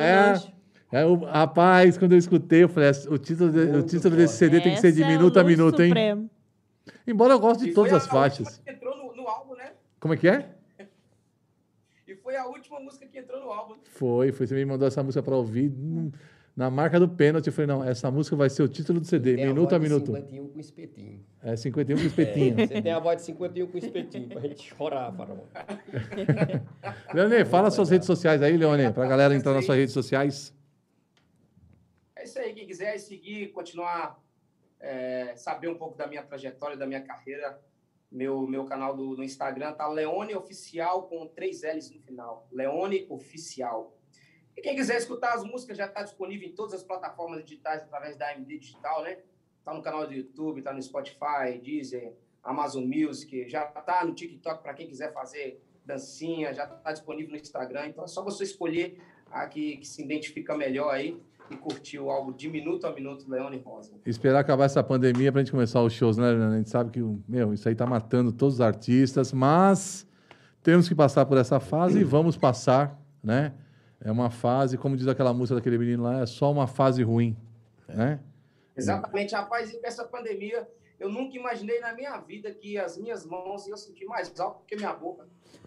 Rapaz, quando eu escutei, eu falei, o título desse CD tem que ser de minuto a minuto, hein? Supremo. Embora eu goste de E todas foi as a faixas. última que entrou no álbum, né? Como é que é? E foi a última música que entrou no álbum. Foi. Você me mandou essa música pra ouvir na marca do pênalti. Eu falei, não, essa música vai ser o título do CD, Tem minuto a voz de minuto. 51 com espetinho. É 51 com espetinho. Você tem a voz de 51 com espetinho, pra gente chorar, Faraó. Leone, fala suas redes sociais aí, Leone, pra galera entrar nas suas redes sociais. É isso aí, quem quiser seguir, continuar, saber um pouco da minha trajetória, da minha carreira, meu canal do Instagram tá Leone Oficial com 3 L's no final. Leone Oficial. E quem quiser escutar as músicas já está disponível em todas as plataformas digitais através da MD Digital, né? Tá no canal do YouTube, tá no Spotify, Deezer, Amazon Music, já tá no TikTok para quem quiser fazer dancinha, já tá disponível no Instagram. Então é só você escolher que se identifica melhor aí e curtir o álbum de Minuto a Minuto, Leone Rosa. Esperar acabar essa pandemia pra gente começar os shows, né, Leandro? A gente sabe que, isso aí tá matando todos os artistas, mas temos que passar por essa fase e vamos passar, né? É uma fase, como diz aquela música daquele menino lá, é só uma fase ruim, né? Exatamente, rapaz, e com essa pandemia, eu nunca imaginei na minha vida que as minhas mãos iam sentir mais alto que minha boca.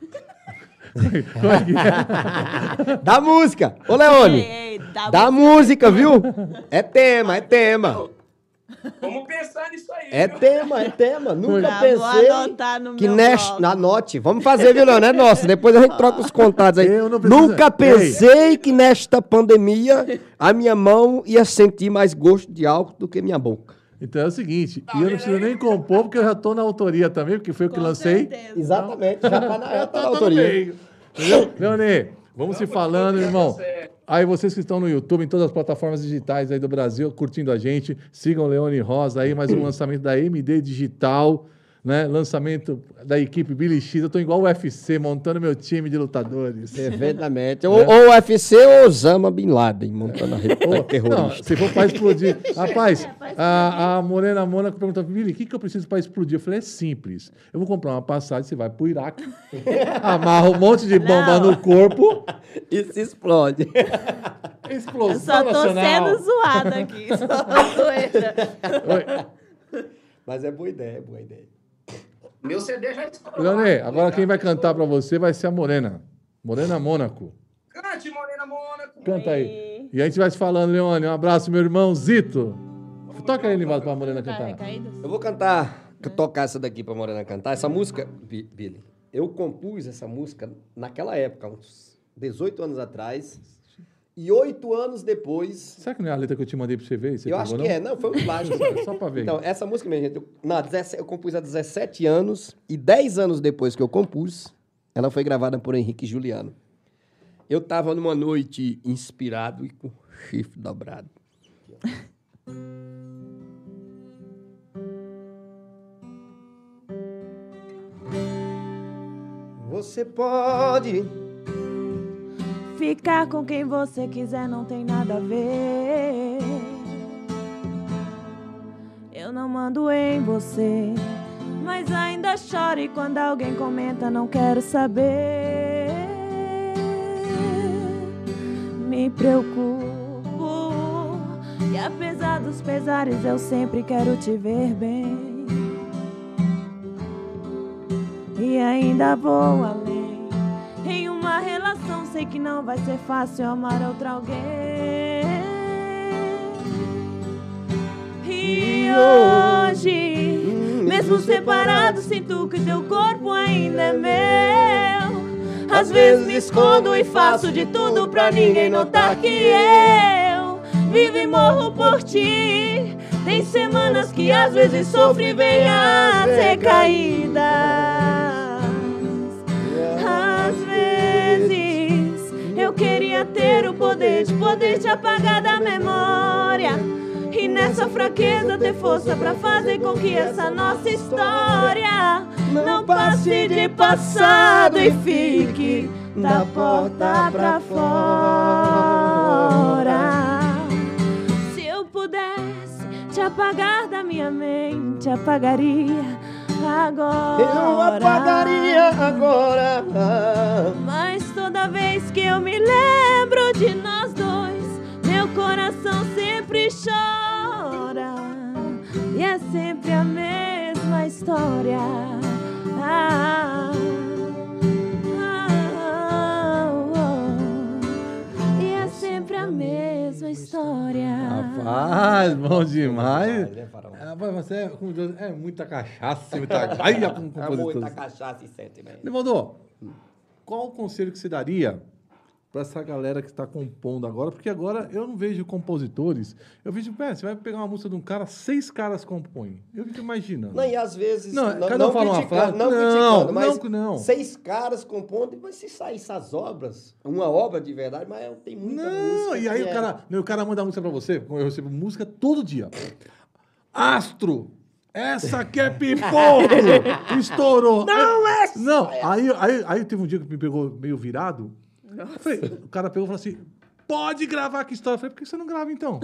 Como é que é? Da música! Ô, Leone! Ei, Da música, viu? É tema, é tema. Vamos pensar nisso aí. É viu? tema. Nunca Vou pensei anotar no que meu bloco. anote. Vamos fazer, viu, Leone? É nossa. Depois a gente troca os contatos aí. Eu não preciso- Nunca pensei que nesta pandemia a minha mão ia sentir mais gosto de álcool do que minha boca. Então é o seguinte, e eu não preciso nem compor, porque eu já tô na autoria também, porque foi eu que Com lancei. certeza. Exatamente. Já tá na Tá autoria. tudo bem. Entendeu? Leone, vamos se falando, irmão. certo. Aí vocês que estão no YouTube, em todas as plataformas digitais aí do Brasil, curtindo a gente, sigam Leone Rosa aí, mais um lançamento da MD Digital, né? Lançamento da equipe Billy X. Eu tô igual o UFC, montando meu time de lutadores. Perfeitamente. Ou UFC ou Osama Bin Laden, montando a rede Não, terrorista. se for para explodir. Rapaz, a Morena Mônaco perguntou, Billy, o que eu preciso para explodir? Eu falei, é simples. Eu vou comprar uma passagem, você vai pro Iraque, amarra um monte de bomba Não. no corpo, E se explode. Eu explosão só tô nacional. sendo zoada aqui. Só zoeira. Oi. Mas é boa ideia, é boa ideia. Meu CD já estourou. Leone, agora quem vai cantar para você vai ser a Morena. Morena Mônaco. Cante, Morena Mônaco. Canta aí. E a gente vai se falando, Leone. Um abraço, meu irmão Zito. Toca aí, Nivaldo, pra Morena cantar. Recaídas? Eu vou tocar essa daqui pra Morena cantar. Essa música, Billy, eu compus essa música naquela época, uns 18 anos atrás. E 8 anos depois... Será que não é a letra que eu te mandei pra você ver? Você eu pegou, acho que não? é. Não, foi um plágio. Só pra ver. Então, essa música, minha gente, eu compus há 17 anos. E 10 anos depois que eu compus, ela foi gravada por Henrique Juliano. Eu tava numa noite inspirado e com chifre dobrado. Você pode... Ficar com quem você quiser não tem nada a ver. Eu não mando em você, mas ainda choro e quando alguém comenta não quero saber. Me preocupo e apesar dos pesares eu sempre quero te ver bem. E ainda vou além. Em uma relação sei que não vai ser fácil amar outra alguém. E hoje, mesmo separado, sinto que teu corpo ainda é meu. Às vezes me escondo e faço de tudo pra ninguém notar que eu vivo e morro por ti. Tem semanas que às vezes sofro e vem as recaídas. Às vezes eu queria ter o poder de poder te apagar da memória. E nessa fraqueza ter força pra fazer com que essa nossa história não passe de passado e fique da porta pra fora. Se eu pudesse te apagar da minha mente, apagaria agora. Eu apagaria agora. Mas toda vez que eu me lembro de nós dois, meu coração sempre chora. E é sempre a mesma história. E é sempre a mesma história. Rapaz, bom demais. Né, Faraó? Rapaz, você é, como Deus, é muita cachaça, muita gaia com É compositor. muita cachaça e sentimento. Nivaldo, qual o conselho que você daria para essa galera que está compondo agora? Porque agora eu não vejo compositores. Eu vejo, você vai pegar uma música de um cara, 6 caras compõem. Eu fico imaginando. Não, e às vezes... Não, cada um fala uma frase. Não, Não, criticando, mas não. 6 caras compondo, mas se sair essas obras, uma obra de verdade, mas tem muita música. Não, e aí que o cara manda a música para você, como eu recebo música todo dia. Astro! Essa aqui é pipoco! Estourou! Não, essa! Não, aí teve um dia que me pegou meio virado. Eu falei, o cara pegou e falou assim: pode gravar, que história. Eu falei, por que você não grava, então?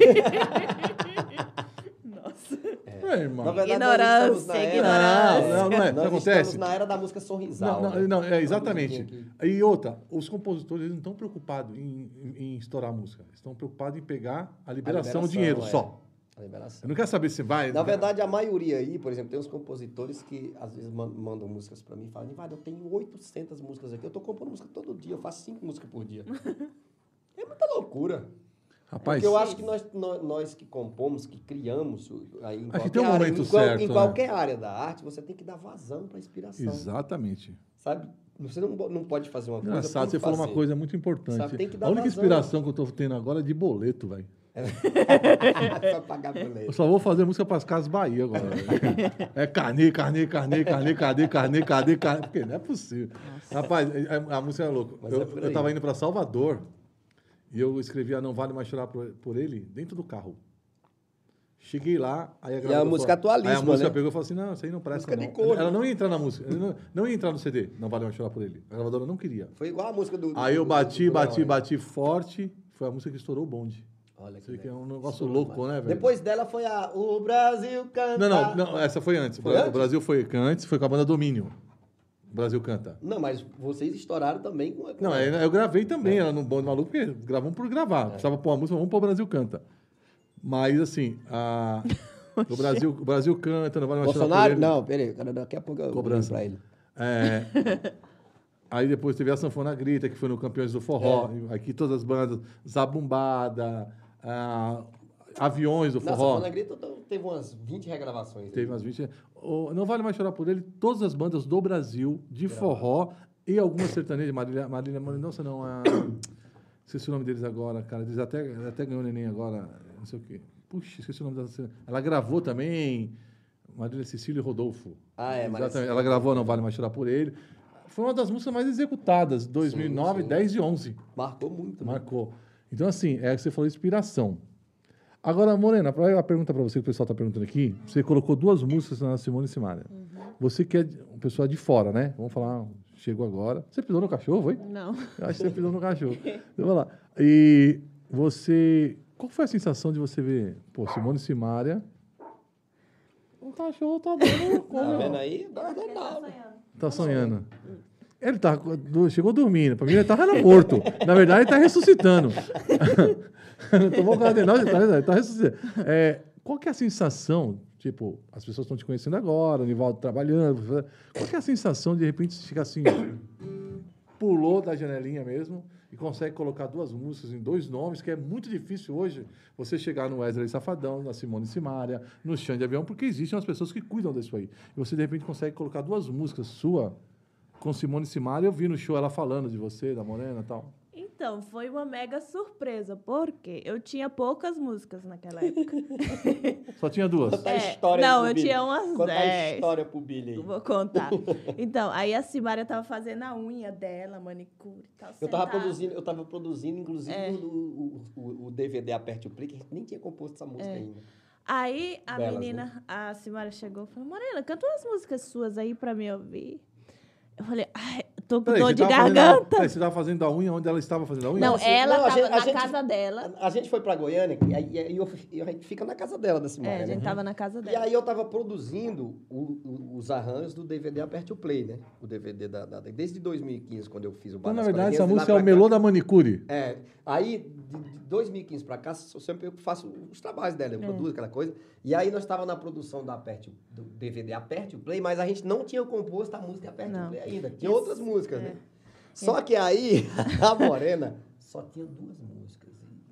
Nossa. Irmão. Na verdade, Ignorância, nós estamos na era- ignorância. Não, não é. Nós Acontece? estamos na era da música sorrisal. Não, né? não, é exatamente. Uma musiquinha aqui. E outra, os compositores eles não estão preocupados em estourar a música. Eles estão preocupados em pegar a liberação, o dinheiro é. só. A liberação. Eu não quero saber se vai... Na verdade, a maioria aí, por exemplo, tem uns compositores que às vezes mandam músicas pra mim e falam, Nivaldo, eu tenho 800 músicas aqui, eu tô compondo música todo dia, eu faço 5 músicas por dia. É muita loucura. Rapaz, Porque eu acho que nós que compomos, que criamos, aí em Acho que qualquer tem um área, momento certo, em né? qualquer área da arte, você tem que dar vazão pra inspiração. exatamente. Sabe? Você não pode fazer uma coisa Engraçado, por você falou uma fazer. coisa muito importante. Sabe, tem que dar A única vazão. inspiração que eu tô tendo agora é de boleto, velho. Pra pagar boleto. Eu só vou fazer música para as Casas Bahia agora. velho. É carnê. Porque não é possível. Rapaz, a música é louca. Mas é por aí. Eu tava indo para Salvador e eu escrevia Não Vale Mais Chorar por Ele dentro do carro. Cheguei lá, aí a gravadora música falou- Aí a atualíssima, música né? pegou e falou assim, não, isso aí não presta Música de não. corno. Ela não ia entrar na música, não ia entrar no CD, Não Vale Mais Chorar por Ele. A gravadora não queria. Foi igual a música do... Aí eu bati bati. forte, foi a música que estourou o bonde. Olha Você vê que é legal. um negócio louco, né, velho? Depois dela foi a O Brasil Canta. Não, essa foi antes. Foi O antes? Brasil foi antes, foi com a banda Domínio. O Brasil Canta. Não, mas vocês estouraram também com... Não, eu gravei também, ela no Bonde Maluco, porque gravamos por gravar. Precisava pôr uma música, vamos pôr o Brasil Canta. Mas, assim, o Brasil Canta, não vale mais chorar por Bolsonaro? ele. Não, peraí, cara, daqui a pouco eu Cobrança. ligo pra ele. É, aí depois teve a Sanfona Grita, que foi no Campeões do Forró. Aqui todas as bandas, Zabumbada, Aviões do Nossa, Forró. Fona Grita teve umas 20 regravações. Teve umas 20. Não Vale Mais Chorar por Ele, todas as bandas do Brasil, de forró, e algumas sertanejas, Marília Mendonça não, esqueci o nome deles agora, cara, eles até ganhou o neném agora, não sei o quê. Puxa, esqueci o nome dela. Ela gravou também, Marília Cecília e Rodolfo. Ah, é, Marília Exatamente, ela gravou Não Vale Mais Chorar por Ele. Foi uma das músicas mais executadas, 2009, sim. 10 e 11. Marcou muito. Né? Marcou. Então, assim, é o que você falou, inspiração. Agora, Morena, a pergunta para você, que o pessoal está perguntando aqui, você colocou 2 músicas na Simone e Simaria. Você que é uma pessoa de fora, né? Vamos falar, chegou agora. Você pisou no cachorro, foi? Não. Eu acho que você pisou no cachorro. Vamos lá. E você... Qual foi a sensação de você ver, pô, Simone e Simaria? O cachorro tá dando... Tá vendo aí? Tá sonhando. Ele chegou dormindo. Pra mim, ele tava morto. Na verdade, ele tá ressuscitando. Tomou o Cardenal, ele tá ressuscitando. Qual que é a sensação? Tipo, as pessoas estão te conhecendo agora, o Nivaldo trabalhando. Qual que é a sensação de repente, você fica assim, pulou da janelinha mesmo e consegue colocar 2 músicas em 2 nomes, que é muito difícil hoje você chegar no Wesley Safadão, na Simone e Simaria, no Xande Avião, porque existem as pessoas que cuidam disso aí. E você, de repente, consegue colocar 2 músicas sua com Simone e Simaria. Eu vi no show ela falando de você, da Morena e tal. Então, foi uma mega surpresa, porque eu tinha poucas músicas naquela época. Só tinha 2. Conta a história não, pro eu Billy. tinha umas Conta a 10. história pro Billy aí. Vou contar. Então, aí a Simaria tava fazendo a unha dela, manicure e tal. Eu tava sentada. produzindo, inclusive, o DVD Aperte o Play, que a gente nem tinha composto essa música ainda. Aí a Belas, menina, a Simaria chegou e falou, Morena, canta umas músicas suas aí pra me ouvir. Eu falei, ai, tô com dor de garganta. Você estava fazendo a unha onde ela estava fazendo a unha? Não, assim, ela não, a tava gente- a na gente- casa dela. A gente foi pra Goiânia, e a gente fica na casa dela, da Simaria, A gente né? tava na casa E dela. aí eu tava produzindo os arranjos do DVD Aperte o Play, né? O DVD desde 2015, quando eu fiz o Então, na das verdade, essa Coleguinhas, e lá música é o pra melô cá- da manicure. Aí, de 2015 pra cá, sempre eu faço os trabalhos dela, eu produzo aquela coisa. E aí nós estávamos na produção do DVD Aperte o Play, mas a gente não tinha composto a música Aperte o Não. Play ainda. Tinha Isso, outras músicas, né? Só que aí, a Morena só tinha 2 músicas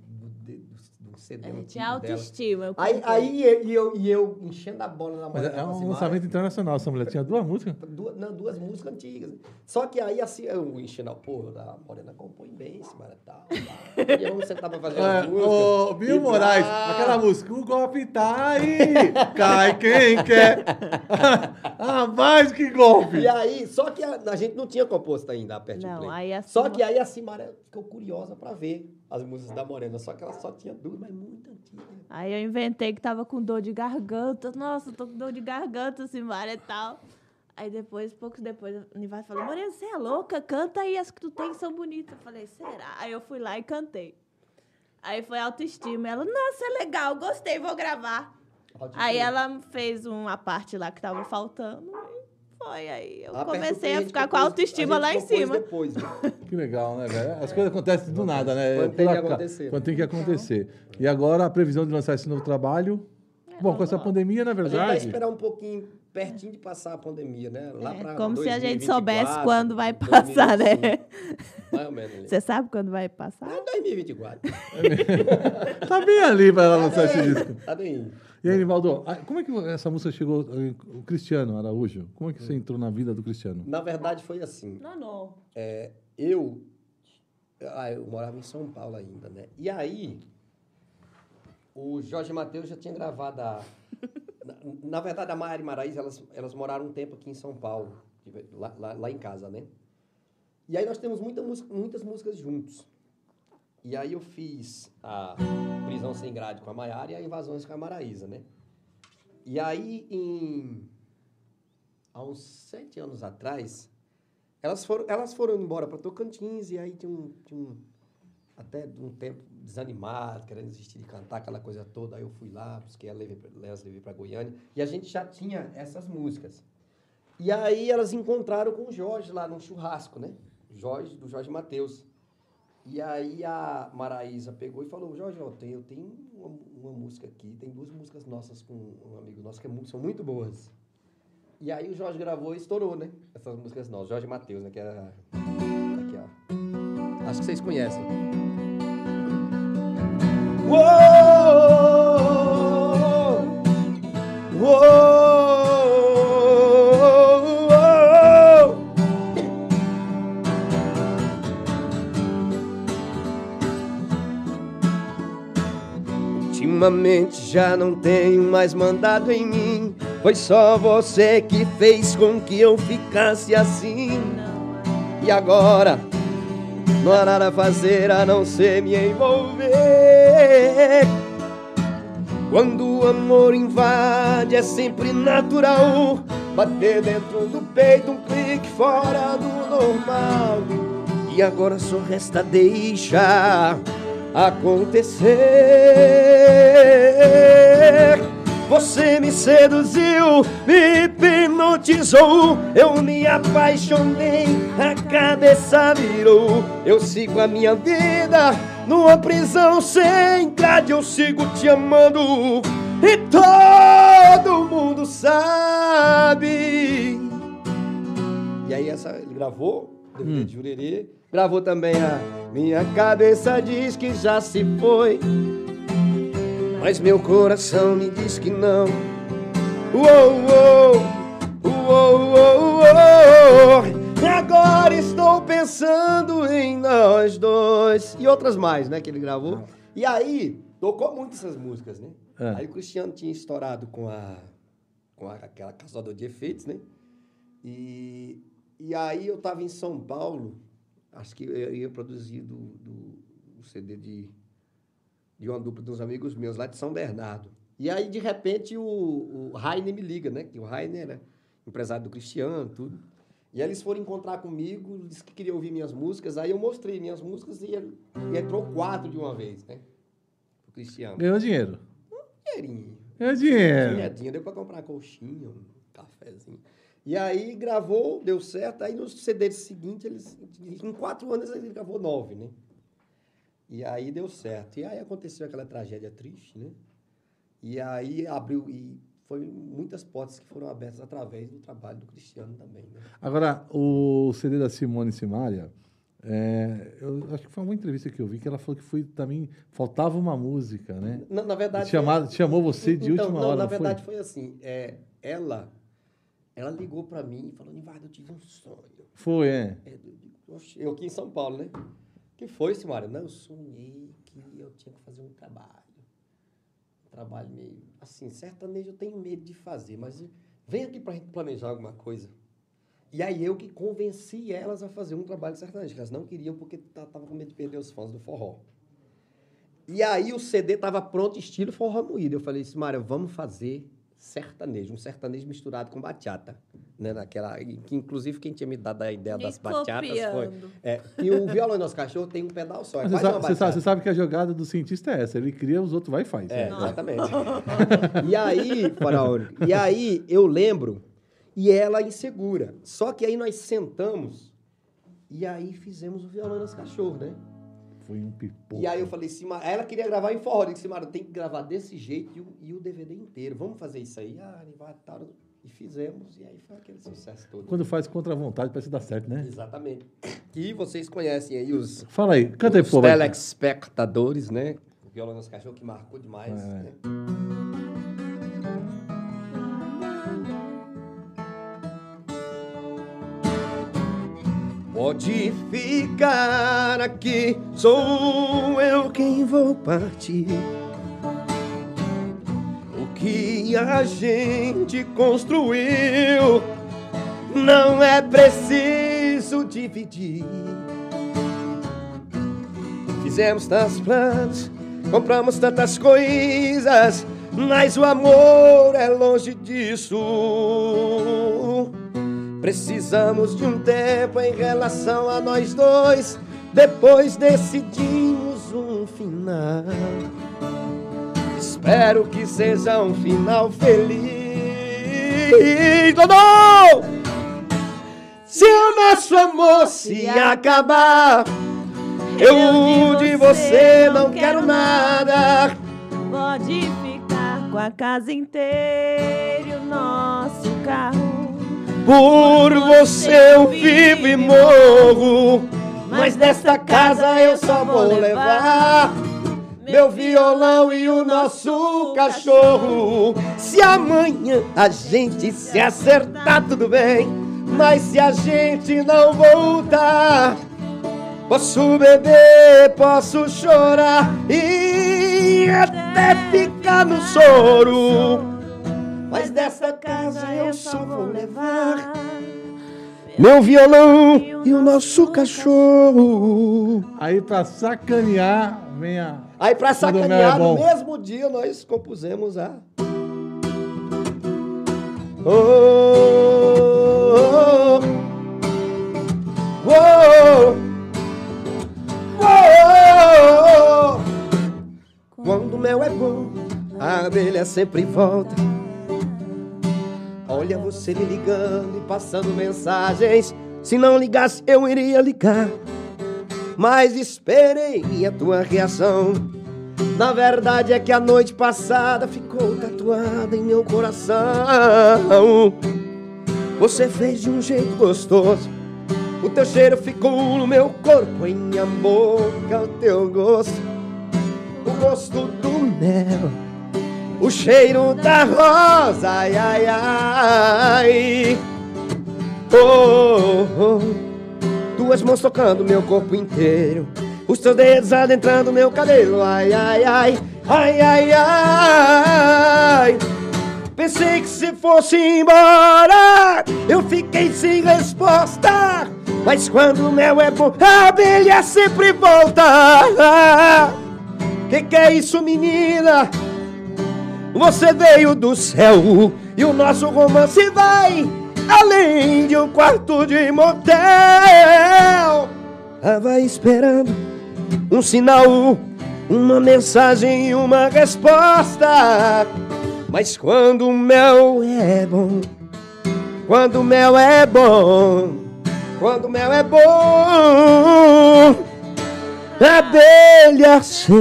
do CD antigo Tinha dela. autoestima. Eu Aí, cantei. e eu enchendo a bola na Mas Morena. é um Simaria. lançamento internacional, essa mulher. Tinha 2 músicas. Duas músicas antigas. Só que aí, assim, eu enchendo a porra, a Morena compõe bem, Simaria, tal. E eu não sentava pra fazer as músicas. Ô, Bill E Moraes, blá. aquela música, o golpe tá aí, cai quem quer. Mais que golpe. E aí, só que a gente não tinha composto ainda a Aperte o Não, Play. aí a Só Simaria- que aí a Simaria ficou curiosa pra ver as músicas da Morena. Só que ela só tinha 2, mas muito antigas. Aí eu inventei que tava com dor de garganta. Nossa, tô com dor de garganta, Simaria e tal. Aí depois, poucos depois, o Nivaldo falou, Morena, você é louca? Canta aí, as que tu tem são bonitas. Eu falei, será? Aí eu fui lá e cantei. Aí foi autoestima. Ela, nossa, é legal, gostei, vou gravar. Aí ela fez uma parte lá que tava faltando e foi. Aí eu comecei a ficar com a autoestima lá em cima. Depois, né? Que legal, né, velho? As coisas acontecem do nada, né? Quando tem que acontecer. Quando tem que acontecer. E agora a previsão de lançar esse novo trabalho... Bom, com essa pandemia, na A gente vai verdade... esperar um pouquinho, pertinho de passar a pandemia, né? Lá pra Como 2024, se a gente soubesse quando vai passar, 2025. né? Mais ou menos. Ali. Você sabe quando vai passar? É 2024. Tá bem ali para ela lançar esse disco. Tá bem. E aí, Nivaldo, como é que essa música chegou... O Cristiano Araújo, como é que você entrou na vida do Cristiano? Na verdade, foi assim. Não. Eu morava em São Paulo ainda, né? E aí, o Jorge Mateus já tinha gravado na verdade, a Maiara e Maraísa, elas moraram um tempo aqui em São Paulo, lá em casa, né? E aí nós temos muitas músicas juntos. E aí eu fiz a Prisão Sem Grade com a Maiara e a Invasões com a Maraísa, né? E aí, há uns 7 anos atrás, elas foram embora para Tocantins e aí tinha até um tempo desanimado, querendo desistir de cantar, aquela coisa toda. Aí eu fui lá, busquei elas, levei para Goiânia. E a gente já tinha essas músicas. E aí elas encontraram com o Jorge lá num churrasco, né? Do Jorge Mateus. E aí a Maraísa pegou e falou, Jorge, eu tenho uma música aqui, tem 2 músicas nossas com um amigo nosso que são muito boas. E aí o Jorge gravou e estourou, né? Essas músicas nossas, Jorge Mateus, né? Que era... Aqui, ó. Acho que vocês conhecem. Uou! Uou! Ultimamente já não tenho mais mandado em mim. Foi só você que fez com que eu ficasse assim. E agora não há nada a fazer a não ser me envolver. Quando o amor invade é sempre natural bater dentro do peito um clique fora do normal. E agora só resta deixar acontecer. Você me seduziu, me hipnotizou, eu me apaixonei, a cabeça virou. Eu sigo a minha vida numa prisão sem grade, eu sigo te amando e todo mundo sabe. E aí ele gravou, DVD de Jurerê, gravou também a Minha Cabeça Diz Que Já Se Foi, mas meu coração me diz que não. Uou, uou, uou, uou, uou. Agora estou pensando em nós dois. E outras mais, né, que ele gravou. E aí, tocou muito essas músicas, né? Aí o Cristiano tinha estourado com aquela Caçador de Efeitos, né? E aí eu tava em São Paulo, acho que eu ia produzir do CD de uma dupla de uns amigos meus lá de São Bernardo. E aí, de repente, o Rainer me liga, né? Que o Rainer era empresário do Cristiano, tudo. E aí eles foram encontrar comigo, disse que queria ouvir minhas músicas. Aí eu mostrei minhas músicas e entrou 4 de uma vez, né? O Cristiano. Ganhou dinheiro. Dinheirinho. Ganhou dinheiro. Dinheirinho, deu pra comprar coxinha, um cafezinho. E aí gravou, deu certo. Aí no CD seguinte, em 4 anos, ele gravou 9, né? E aí deu certo. E aí aconteceu aquela tragédia triste, né? E aí abriu, e foi muitas portas que foram abertas através do trabalho do Cristiano também, né? Agora, o CD da Simone Simaria, eu acho que foi uma entrevista que eu vi que ela falou que também faltava uma música, né? Na verdade... Chamou você de última hora, na verdade foi assim, ela ligou pra mim e falou, Nivaldo, eu tive um sonho. Foi, Eu aqui em São Paulo, né? Que foi, Simaria? Não, eu sonhei que eu tinha que fazer um trabalho meio... Assim, sertanejo eu tenho medo de fazer, mas vem aqui pra gente planejar alguma coisa. E aí eu que convenci elas a fazer um trabalho sertanejo, que elas não queriam porque estavam com medo de perder os fãs do forró. E aí o CD estava pronto, estilo forró moído. Eu falei, Simaria, vamos fazer sertanejo, um sertanejo misturado com bachata. né, naquela, que inclusive quem tinha me dado a ideia das Me bachatas foi... copiando. E o Violão e Nosso Cachorro tem um pedal só, é Mas quase uma bachata. você sabe que a jogada do cientista é essa. Ele cria, os outros vai e faz. É, né? exatamente. E aí, Faraônico, eu lembro, e ela insegura. Só que aí nós sentamos e aí fizemos o Violão e Nosso Cachorro, né? Foi um pipoco. E aí eu falei, aí ela queria gravar em forró. Eu disse, Mara, tem que gravar desse jeito e o DVD inteiro. Vamos fazer isso aí? E fizemos, e aí foi aquele sucesso todo. Quando faz contra a vontade, parece que dá certo, né? Exatamente. E vocês conhecem aí os Fala aí, canta aí, por favor. telespectadores, né? O Violão e Nosso Cachorro que marcou demais. Né? Pode ficar aqui, sou eu quem vou partir. O que a gente construiu não é preciso dividir. Fizemos tantos planos, compramos tantas coisas, mas o amor é longe disso. Precisamos de um tempo em relação a nós dois, depois decidimos um final. Espero que seja um final feliz. Dodô! Se o nosso amor se acabar, eu de você não quero nada. Pode ficar com a casa inteira e o nosso carro. Por você eu vivo e morro, mas desta casa eu só vou levar meu violão e o nosso cachorro. Se amanhã a gente se acertar, tudo bem, mas se a gente não voltar, posso beber, posso chorar e até ficar no choro, mas dessa casa eu só vou levar meu violão e o nosso cachorro. Aí pra sacanear, vem a... Aí pra Quando o mel sacanear, é no bom. mesmo dia nós compusemos a... Oh, oh, oh, oh, oh. Quando o mel é bom, a abelha sempre volta. Olha você me ligando e passando mensagens. Se não ligasse eu iria ligar, mas esperei a tua reação. Na verdade é que a noite passada ficou tatuada em meu coração. Você fez de um jeito gostoso, o teu cheiro ficou no meu corpo, em minha boca o teu gosto, o gosto do mel, o cheiro da rosa, ai, ai, ai. Oh, oh. Tuas mãos tocando meu corpo inteiro, os teus dedos adentrando meu cabelo, ai, ai, ai, ai, ai, ai. Pensei que se fosse embora, eu fiquei sem resposta, mas quando o mel é bom, a abelha sempre volta. Que é isso, menina? Você veio do céu e o nosso romance vai além de um quarto de motel. Tava esperando um sinal, uma mensagem e uma resposta, mas quando o mel é bom, quando o mel é bom, quando o mel é bom, a abelha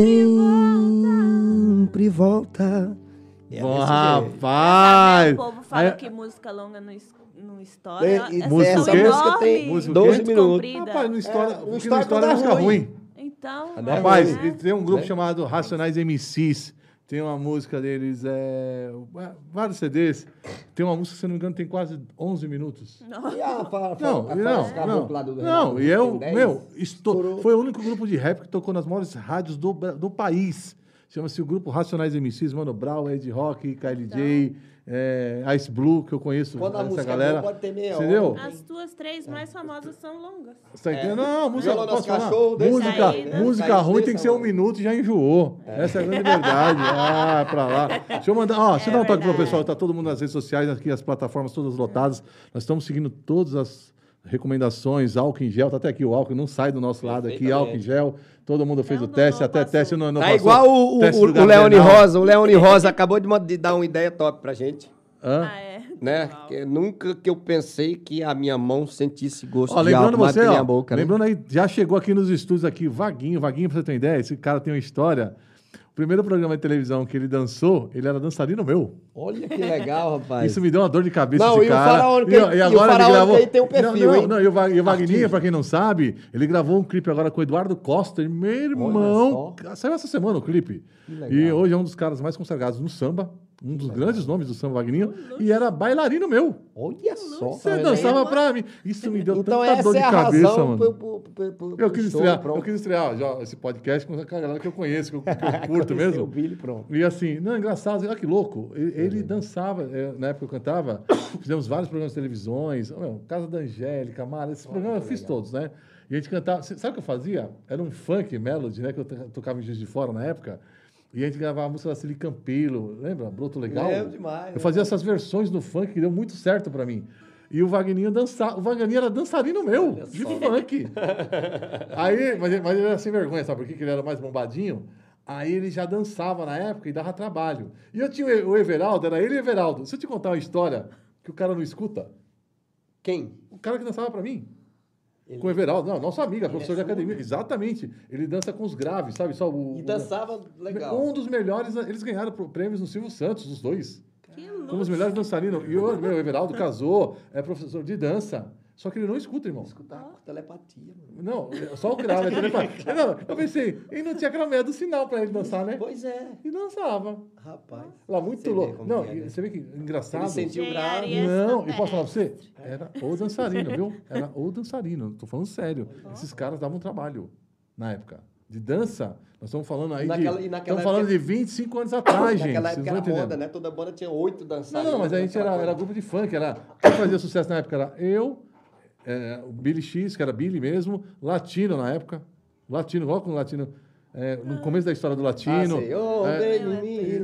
sempre volta. Bom, desse rapaz! O povo fala Aí- que música longa não estoura. E música essa o quê? música tem Música o 12 quê? minutos. Comprida. Rapaz, não estoura, É, não porque não estoura estoura, quando é música ruim. ruim. Então, É Rapaz, ruim. e tem um grupo Né? chamado Racionais MCs. Tem uma música deles, vários CDs. Tem uma música, se não me engano, tem quase 11 minutos. E a Não, Renato e eu, tem 10? meu, Estourou. foi o único grupo de rap que tocou nas maiores rádios do país. Chama-se o grupo Racionais MCs, Mano Brown, Ed Rock, KLJ, Ice Blue, que eu conheço Quando a essa música galera. pode ter meia Entendeu? hora. As tuas 3 mais famosas são longas. Você tá entendendo? Não, música, Violão posso dos falar? cachorros, desse música, aí, né? música Desse ruim tem que ser 1 tamanho. minuto e já enjoou. Essa é a grande verdade. Ah, pra lá. Deixa eu mandar, deixa eu dar um toque pro verdade. pessoal, tá todo mundo nas redes sociais, aqui as plataformas todas lotadas. Nós estamos seguindo todas as recomendações, álcool em gel, tá até aqui o álcool, não sai do nosso lado aqui, álcool em gel. Todo mundo fez o teste, não até passou. teste não Tá passou. igual o Teste do Leone Gabriel. Rosa. O Leone Rosa acabou de dar uma ideia top pra gente. Hã? Ah, é? Né? Que nunca que eu pensei que a minha mão sentisse gosto Ó, de lembrando álcool mais você, que ó, minha boca, né? lembrando aí, já chegou aqui nos estúdios aqui, Vaguinho, pra você ter uma ideia, esse cara tem uma história. O primeiro programa de televisão que ele dançou, ele era dançarino meu. Olha que legal, rapaz. Isso me deu uma dor de cabeça Não, esse e o cara. Faraônico E aí- e o agora ele Faraônico gravou... aí tem um perfil, não, hein? não, e o Vagninho, pra quem não sabe, ele gravou um clipe agora com o Eduardo Costa, meu irmão. Saiu essa semana o clipe. legal. E hoje é um dos caras mais consagrados no samba, um dos grandes nomes do samba, Vagninho, e era bailarino meu. Olha só. Você dançava pra mim. Isso me deu Então tanta essa dor de é a cabeça, razão mano. Eu quis show, estrear, pronto. já, esse podcast com a galera que eu conheço, que eu curto Conheceu mesmo. o Billy, pronto. E assim, não, engraçado, olha que louco. Ele dançava, na época que eu cantava, fizemos vários programas de televisões, Casa da Angélica, Mara, esses programas eu fiz todos, né? E a gente cantava, sabe o que eu fazia? Era um funk melody, né? Que eu tocava em Juiz de Fora na época. E a gente gravava a música da Celi Campelo, lembra? Broto Legal? Lembro demais. Eu fazia essas versões no funk que deu muito certo pra mim. E o Vagninho dançava. O Vagninho era dançarino meu, de funk. Aí, mas ele era sem vergonha, sabe por quê? Que ele era mais bombadinho. Aí ele já dançava na época e dava trabalho. E eu tinha o Everaldo, era ele e o Everaldo. Se eu te contar uma história que o cara não escuta, Quem? o cara que dançava pra mim. Com o Everaldo, não, nosso amigo, professor de academia. Exatamente. Ele dança com os graves, sabe? Só E dançava legal. Um dos melhores, eles ganharam prêmios no Silvio Santos, os dois. Que Como os luxo. melhores dançarinos. E o Everaldo casou, é professor de dança. Só que ele não escuta, irmão. Escutar com telepatia, mano. Não, só o grave. Não, eu pensei, ele não tinha aquela merda do sinal pra ele dançar, né? Pois é. E dançava. Rapaz. Lá muito Você vê louco. como Não, que é, né? você vê que engraçado. Ele sentiu grave. Engenharia Não, e posso falar pra você? extraterrestre. Era o dançarino, viu? Era o dançarino. Tô falando sério. Esses caras davam trabalho na época. De dança, nós estamos falando aí Naquela estamos falando de 25 anos atrás, gente. Naquela Vocês época não era estão moda, entendendo. né? Toda banda tinha 8 dançarinos. Não, mas a gente era grupo de funk. Quem fazia sucesso na época era eu, o Billy X, que era Billy mesmo, Latino na época. Latino, igual com o Latino. No começo da história do Latino. sei. Oh, baby, me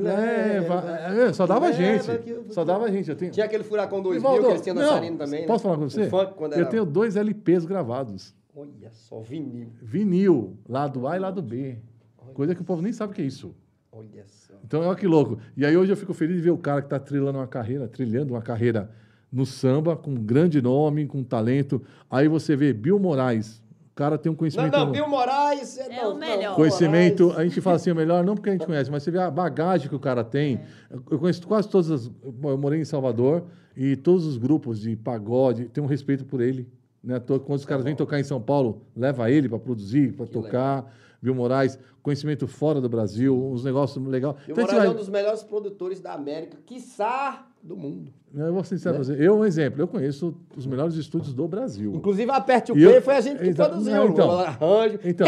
leva. Só dava leva gente. que eu- Só dava gente. Eu tenho... Tinha aquele Furacão 2000 Rivaldo, que eles tinham dançarino também, né? Posso falar com você? O funk, quando Eu era... tenho 2 LPs gravados. Olha só, vinil. Vinil, lado A e lado B. Coisa que o povo nem sabe o que é isso. Olha só. Então, olha que louco. E aí hoje eu fico feliz de ver o cara que está trilhando uma carreira no samba, com um grande nome, com talento. Aí você vê Bill Moraes. O cara tem um conhecimento... Não, Bill Moraes... É o melhor. Conhecimento, Moraes. a gente fala assim, o melhor não porque a gente conhece, mas você vê a bagagem que o cara tem. Eu conheço quase todas as... Eu morei em Salvador e todos os grupos de pagode, tenho um respeito por ele. Né? Quando os caras vêm tocar em São Paulo, leva ele para produzir, para tocar. Bill Moraes, conhecimento fora do Brasil, uns negócios legais. Bill Então, Moraes é um dos melhores produtores da América, quiçá do mundo. eu vou ser sincero pra você. Eu, um exemplo, eu conheço os melhores estúdios do Brasil. Inclusive, Aperte o E eu- P foi a gente que Então, produziu. não, então. O arranjo. Então,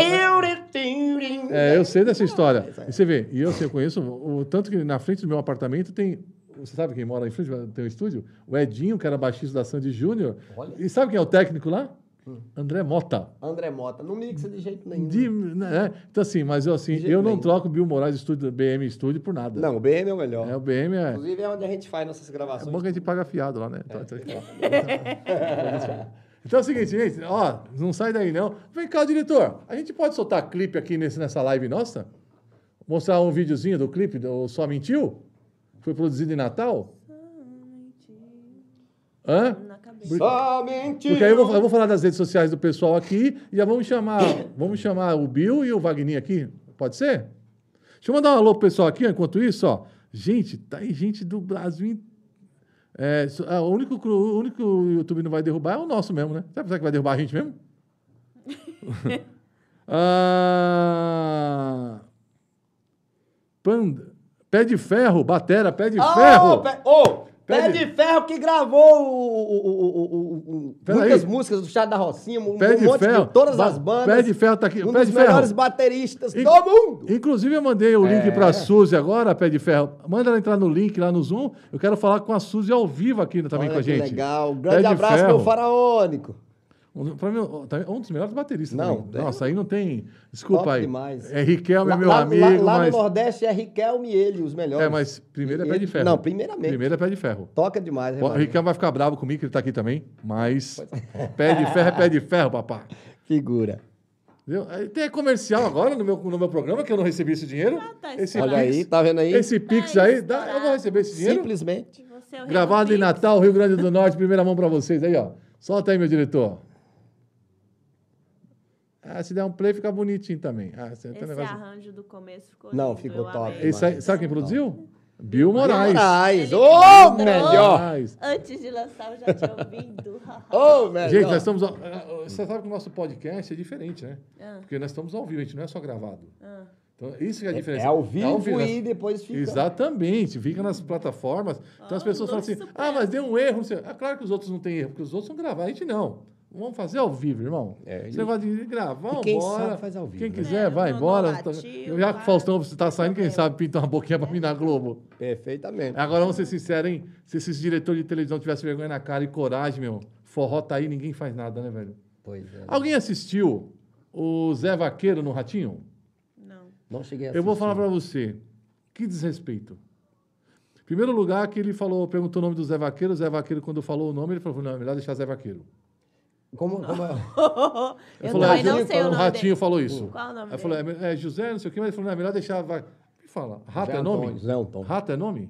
eu sei dessa história. E você vê, eu conheço, tanto que na frente do meu apartamento tem. Você sabe quem mora em frente tem um estúdio? O Edinho, que era baixista da Sandy Júnior. Olha. E sabe quem é o técnico lá? André Mota. André Mota. Não mixa de jeito nenhum. Então, assim, mas eu, assim, De jeito eu não nenhum. troco o Bill Moraes Estúdio, BM Estúdio por nada. Não, o BM é o melhor. O BM é. Inclusive, é onde a gente faz nossas É gravações. bom que a gente paga fiado lá, né? Então é o seguinte, gente, ó, não sai daí não. Vem cá, diretor, a gente pode soltar clipe aqui nessa live nossa? Mostrar um videozinho do clipe do Só Mentiu? Foi produzido em Natal? Hã? Na cabeça. Só mentiu. Porque aí eu vou falar das redes sociais do pessoal aqui e já vamos chamar o Bill e o Wagner aqui. Pode ser? Deixa eu mandar um alô pro pessoal aqui, ó, enquanto isso, ó. Gente, tá aí gente do Brasil inteiro. O único que o YouTube não vai derrubar é o nosso mesmo, né? Sabe que vai derrubar a gente mesmo? Pé de ferro, batera, pé de ferro. Pé de Ferro que gravou muitas músicas do Chá da Rocinha, um monte de todas as bandas. Pé de Ferro tá aqui. Um dos melhores bateristas do mundo. Inclusive, eu mandei o link pra Suzy agora, Pé de Ferro. Manda ela entrar no link lá no Zoom. Eu quero falar com a Suzy ao vivo aqui também com a gente. Legal. Grande abraço, meu faraônico. Pra mim, um dos melhores bateristas. Não, nossa, aí não tem. Desculpa top aí. Demais. É Riquelme, é meu amigo. Lá no Nordeste é Riquelme e ele, os melhores. Mas primeiro é Pé de Ferro. Não, primeiramente. Primeiro é Pé de Ferro. Toca demais. O Riquelme vai ficar bravo comigo, que ele tá aqui também. Mas Pé de Ferro é Pé de Ferro, papá. Figura. Entendeu? Tem comercial agora no meu programa, que eu não recebi esse dinheiro. Olha aí, tá vendo aí? Esse Pix aí, eu vou receber esse dinheiro. Simplesmente. Gravado em Natal, Rio Grande do Norte, primeira mão pra vocês aí, ó. Solta aí, meu diretor. Se der um play, fica bonitinho também. Esse arranjo do começo ficou Não, lindo, ficou top. Esse aí, sabe quem produziu? Bill Moraes. Melhor. Antes de lançar, eu já tinha ouvido. Melhor. Gente, nós estamos... Você sabe que o nosso podcast é diferente, né? Porque nós estamos ao vivo, a gente não é só gravado. Então, isso que é a diferença. É ao vivo e depois fica... Exatamente. Fica nas plataformas. Então as pessoas falam assim, mas deu um erro. Não sei. Claro que os outros não têm erro, porque os outros são gravados. A gente não. Vamos fazer ao vivo, irmão. Você negócio de gravar, quem sabe faz ao vivo. Quem quiser, vai embora. Já que o Faustão está saindo, quem sabe pinta uma boquinha para mim na Globo. Perfeitamente. Agora, vamos ser sinceros, hein? Se esses diretores de televisão tivessem vergonha na cara e coragem, meu, forró tá aí, ninguém faz nada, né, velho? Pois é. Alguém assistiu o Zé Vaqueiro no Ratinho? Não cheguei a assistir. Eu vou falar para você. Que desrespeito. Em primeiro lugar, que ele perguntou o nome do Zé Vaqueiro. O Zé Vaqueiro, quando falou o nome, ele falou, não, é melhor deixar Zé Vaqueiro. Como é? Eu também não sei o nome O Ratinho dele. falou isso. Qual o nome Aí dele? falou, José, não sei o quê, mas ele falou, não, é melhor deixar... Me fala, Rato é nome? Zé Antônio. Rato é nome?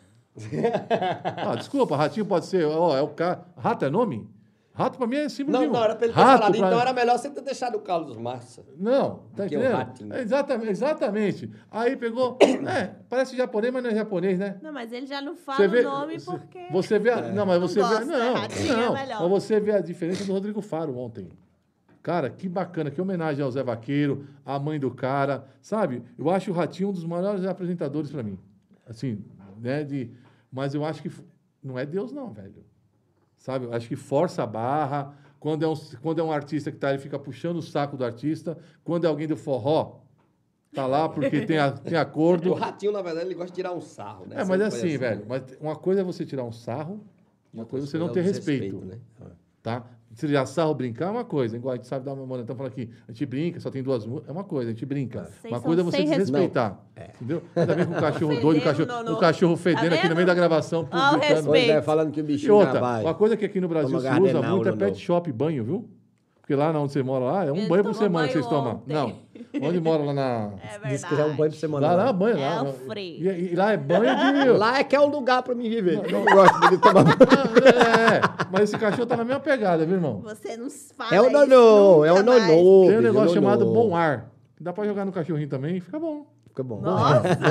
Desculpa, Ratinho pode ser... é o cara... Rato é nome? Rato pra mim é símbolo de... Não era pra ele ter falado. Então era melhor você ter deixado o Carlos Massa. Não, tá entendendo? O Ratinho. Exatamente. Aí pegou... parece japonês, mas não é japonês, né? Não, mas ele já não fala o nome porque... Você vê... Não, mas você vê... Ratinho é melhor. Mas você vê a diferença do Rodrigo Faro ontem. Cara, que bacana, que homenagem ao Zé Vaqueiro, à mãe do cara, sabe? Eu acho o Ratinho um dos maiores apresentadores pra mim. Assim, né? Mas eu acho que não é Deus não, velho. Sabe? Eu acho que força a barra. Quando é um artista que tá, ele fica puxando o saco do artista. Quando é alguém do forró, tá lá porque tem acordo. O Ratinho, na verdade, ele gosta de tirar um sarro, né? Mas assim, velho. Mas uma coisa é você tirar um sarro, uma coisa é você não ter respeito. Né? Tá? Se tirar sarro, brincar é uma coisa. Igual a gente sabe dar uma moneda. Então, falando aqui, a gente brinca, só tem duas músicas. É uma coisa, a gente brinca. Uma coisa é você desrespeitar. Entendeu? Ainda bem com o cachorro doido, o cachorro fedendo aqui no meio da gravação. Pois é, falando que o bichinho vai. Uma coisa que aqui no Brasil se usa muito é pet shop, banho, viu? Porque lá onde você mora, lá, é um banho por semana que vocês tomam. Não. Onde mora lá na... É verdade. Diz que é um banho por semana. Lá é banho. Lá. É o frio. E lá é banho de... Lá é que é o lugar pra mim viver. Não gosto de tomar banho. Mas esse cachorro tá na mesma pegada, viu, irmão? Você não fala É o nonô, é o nonô. Tem um negócio chamado bom ar. Dá pra jogar no cachorrinho também, fica bom. Fica bom. Nossa, meu.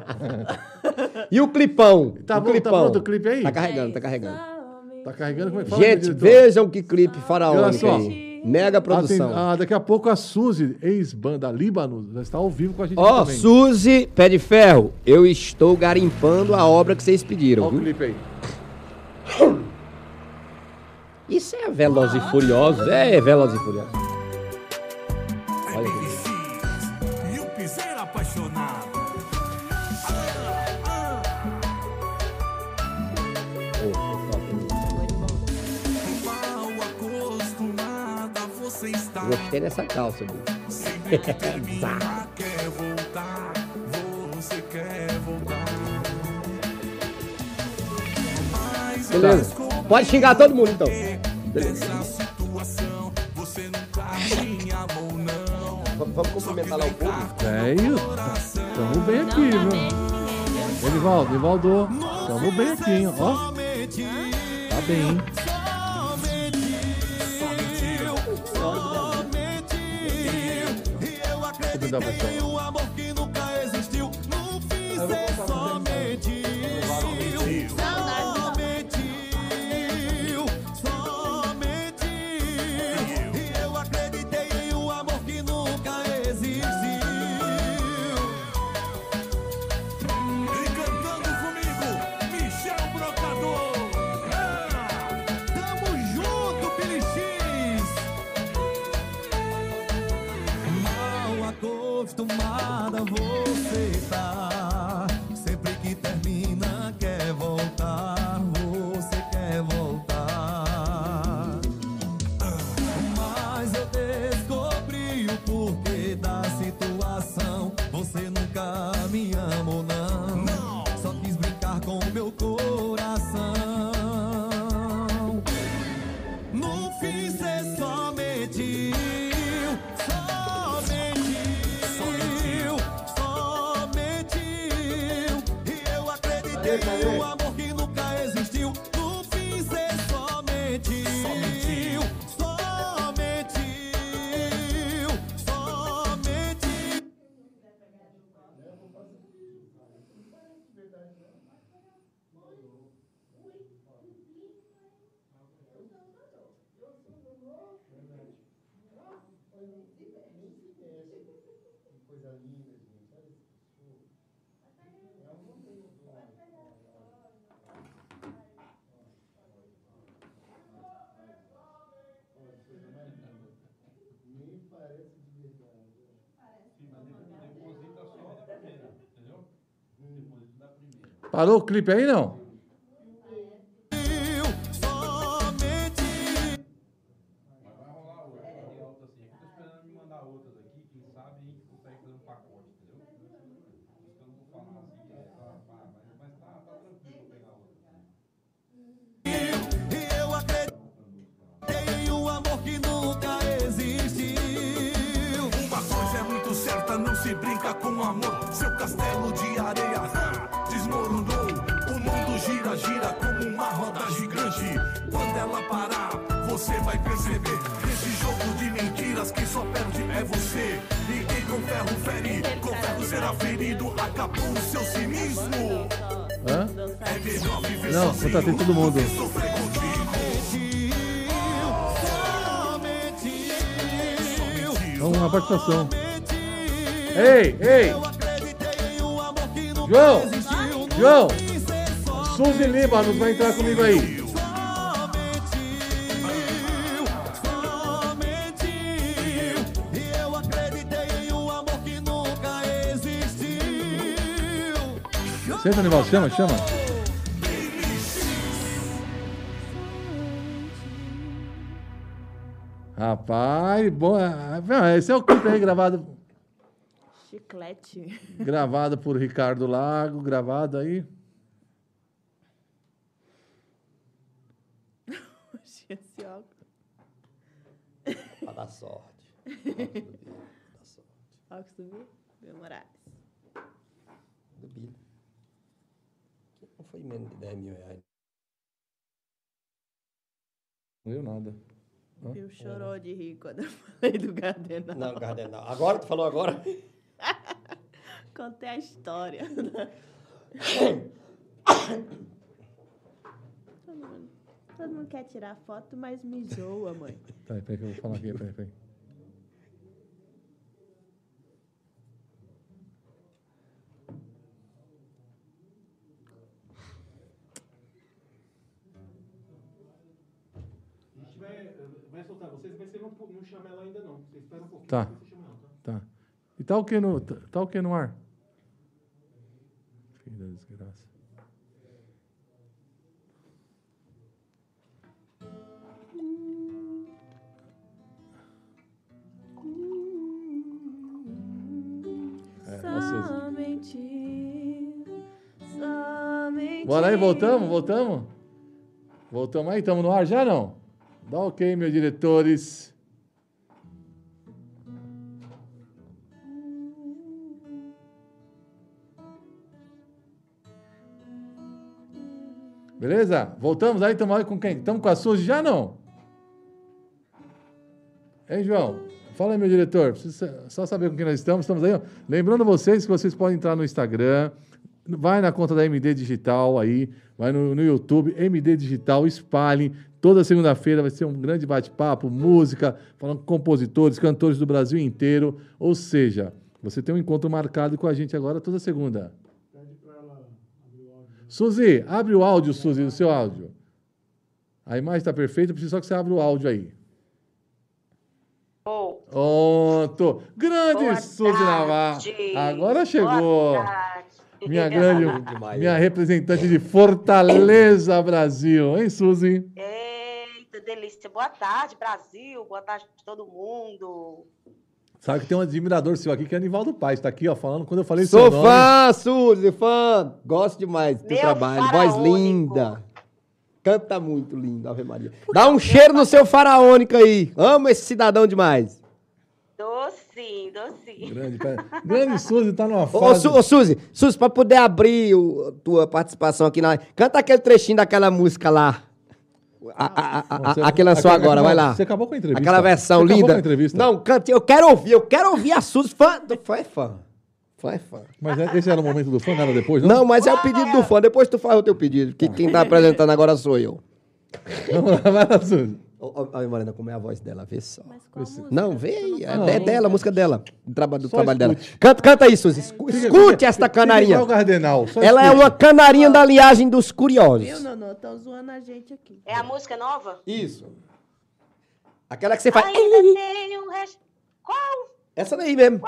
E o clipão? Tá pronto o clipe aí? Tá carregando. Tá carregando? Como é que fala? Gente, vejam que clipe faraônico aí. Mega produção. Daqui a pouco a Suzy, ex-banda Líbano, já está ao vivo com a gente também. Suzy, Pé de Ferro, eu estou garimpando a obra que vocês pediram. Olha o clipe aí. Isso é Velozes e Furiosos. É Velozes e Furiosos. Olha aqui. E o piseiro apaixonado. Gostei dessa calça, bicho. Sempre que terminar, quer voltar. Você quer voltar. Beleza. Pode xingar todo mundo, então. Beleza. Nessa situação, você nunca tinha amor, não. Vamos cumprimentar lá o público? Velho, tamo bem aqui, viu? Nivaldo, tamo bem aqui, hein? Ó. Tá bem, hein? Tem um amor que nunca existiu. No fim, você só mentiu. Só mentiu. E eu acreditei em um amor que nunca existiu. E cantando comigo, Michel Brocador. coração. No fim cê somente eu, somente eu. E eu acreditei em um amor que nunca existiu. No fim cê somente eu, somente eu, somente eu. Parou o clipe aí, não? Eu acreditei em um amor que nunca existiu. Uma coisa é muito certa, não se brinca com amor. Seu castelo de areia desmoronou. O mundo gira, gira como uma roda gigante. Quando ela parar, você vai perceber. Nesse jogo de mentiras, quem só perde é você. Ninguém com ferro fere, com ferro será ferido. Acabou o seu cinismo. Hã? É melhor viver Não, sozinho contratei todo mundo. do que sofrer contigo. Vamos na participação. Ei, ei! João! João! Suzy Líbanos vai entrar comigo aí. Senta, Nival, chama, chama. Rapaz, boa. Esse é o clipe aí gravado Chiclete. por Ricardo Lago, gravado aí. Esse óculos. Pra dar sorte. Óculos do Bill? Bill Moraes. Do Billy. Não foi menos de 10 mil reais. Não deu nada. Bill chorou de rir quando eu falei do Gardenal. Não, Gardenal. Agora? Tu falou agora? Contei a história. Todo mundo quer tirar foto, mas me zoa, mãe. Peraí, que eu vou falar aqui, peraí. Vai soltar vocês, mas você não chama ela ainda não. Você espera um pouquinho. Tá. Você chama ela, tá? Tá. E tá o que no ar? Filho da desgraça. Somente. Bora aí, voltamos? Voltamos aí, estamos no ar já não? Dá ok, meus diretores. Beleza? Voltamos aí, estamos aí com quem? Estamos com a Suzy já não? Hein, João? Fala aí, meu diretor. Preciso só saber com quem nós estamos. Estamos aí, ó. Lembrando vocês que vocês podem entrar no Instagram, vai na conta da MD Digital aí, vai no YouTube, MD Digital, espalhem. Toda segunda-feira vai ser um grande bate-papo, música, falando com compositores, cantores do Brasil inteiro. Ou seja, você tem um encontro marcado com a gente agora toda segunda. Pede pra ela abrir o áudio. Suzy, abre o áudio, Suzy, do seu áudio. A imagem está perfeita, preciso só que você abra o áudio aí. Pronto. Grande Boa Suzy Navarro. tarde. Agora chegou. Boa tarde. Minha representante de Fortaleza, Brasil. Hein, Suzy? Eita, delícia. Boa tarde, Brasil. Boa tarde a todo mundo. Sabe que tem um admirador seu aqui, que é Anivaldo Paes. Tá aqui, ó, falando. Quando eu falei seu Sou nome... fã, Suzy, fã. Gosto demais do teu Meu trabalho. Voz faraônico. linda. Canta muito lindo, Ave Maria. Dá um cheiro no seu faraônico aí. Amo esse cidadão demais. Dou sim, dou sim. Grande Suzy tá numa Ô, fase... Suzy, pra poder abrir tua participação aqui na... Canta aquele trechinho daquela música lá. A que lançou agora, vai lá. Você acabou com a entrevista. Aquela versão Você acabou linda. com a entrevista. Não, cante, eu quero ouvir a Suzy. Fã é fã. Fã é fã. Mas esse era o momento do fã, não era depois, não? Não, mas é o pedido do fã. Depois tu faz o teu pedido. Que quem tá apresentando agora sou eu. Vamos lá, vai lá, Suzy. Olha, Marina, como é a voz dela, vê só. Mas qual música? Não, vê aí. Tu É não dela, lembra? a música dela. Do trabalho Só dela. escute. Canta aí, Suzy. Escute esta canarinha. Igual o Cardenal. só Ela é escute. uma canarinha da linhagem dos curiosos. Viu, Nonô? Estão zoando a gente aqui. É a música nova? Isso. Aquela que você faz. Ainda tem um resto. Qual? Essa daí mesmo.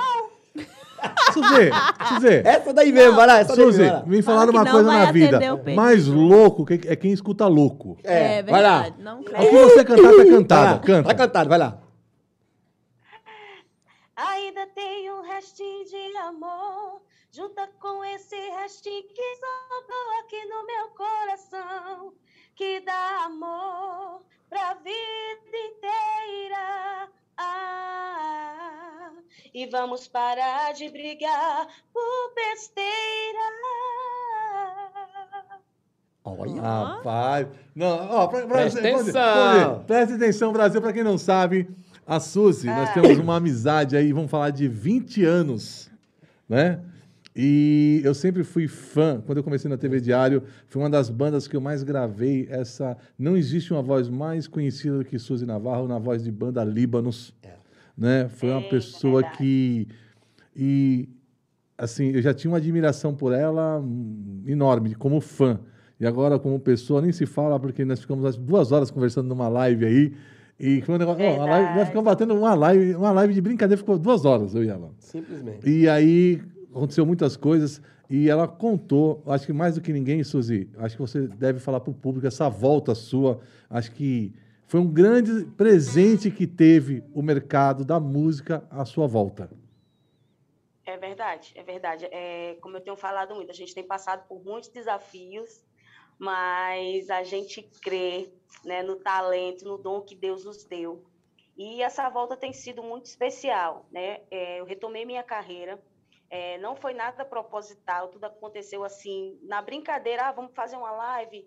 Suzy, Essa daí mesmo, vai lá. Essa daí Suzy, mesmo, vai lá. me falaram Fala uma que coisa não na vai vida. atender o pedido. Mais louco é quem escuta louco. É, vai lá. verdade. Não O que você cantar, tá Vai lá. cantada. Canta. Tá cantado, vai lá. Ainda tem um restinho de amor, junta com esse restinho que sobrou aqui no meu coração, que dá amor pra vida inteira. E vamos parar de brigar por besteira. Olha. Rapaz. Não, ó, Presta você- atenção. Presta atenção, Brasil. Pra quem não sabe, a Suzy, nós temos uma amizade aí, vamos falar de 20 anos, né? E eu sempre fui fã, quando eu comecei na TV Diário, foi uma das bandas que eu mais gravei essa... Não existe uma voz mais conhecida do que Suzy Navarro na voz de banda Líbanos, né? Foi uma pessoa verdade. que... E, assim, eu já tinha uma admiração por ela enorme, como fã. E agora, como pessoa, nem se fala, porque nós ficamos às 2 horas conversando numa live aí, e foi um negócio... ó, a live, nós ficamos batendo uma live de brincadeira, ficou 2 horas, eu e ela. Simplesmente. E aí aconteceu muitas coisas e ela contou, acho que mais do que ninguém, Suzy, acho que você deve falar para o público essa volta sua, acho que foi um grande presente que teve o mercado da música à sua volta. É verdade, é verdade. Como eu tenho falado muito, a gente tem passado por muitos desafios, mas a gente crê, né, no talento, no dom que Deus nos deu. E essa volta tem sido muito especial, né? Eu retomei minha carreira, não foi nada proposital, tudo aconteceu assim, na brincadeira, vamos fazer uma live,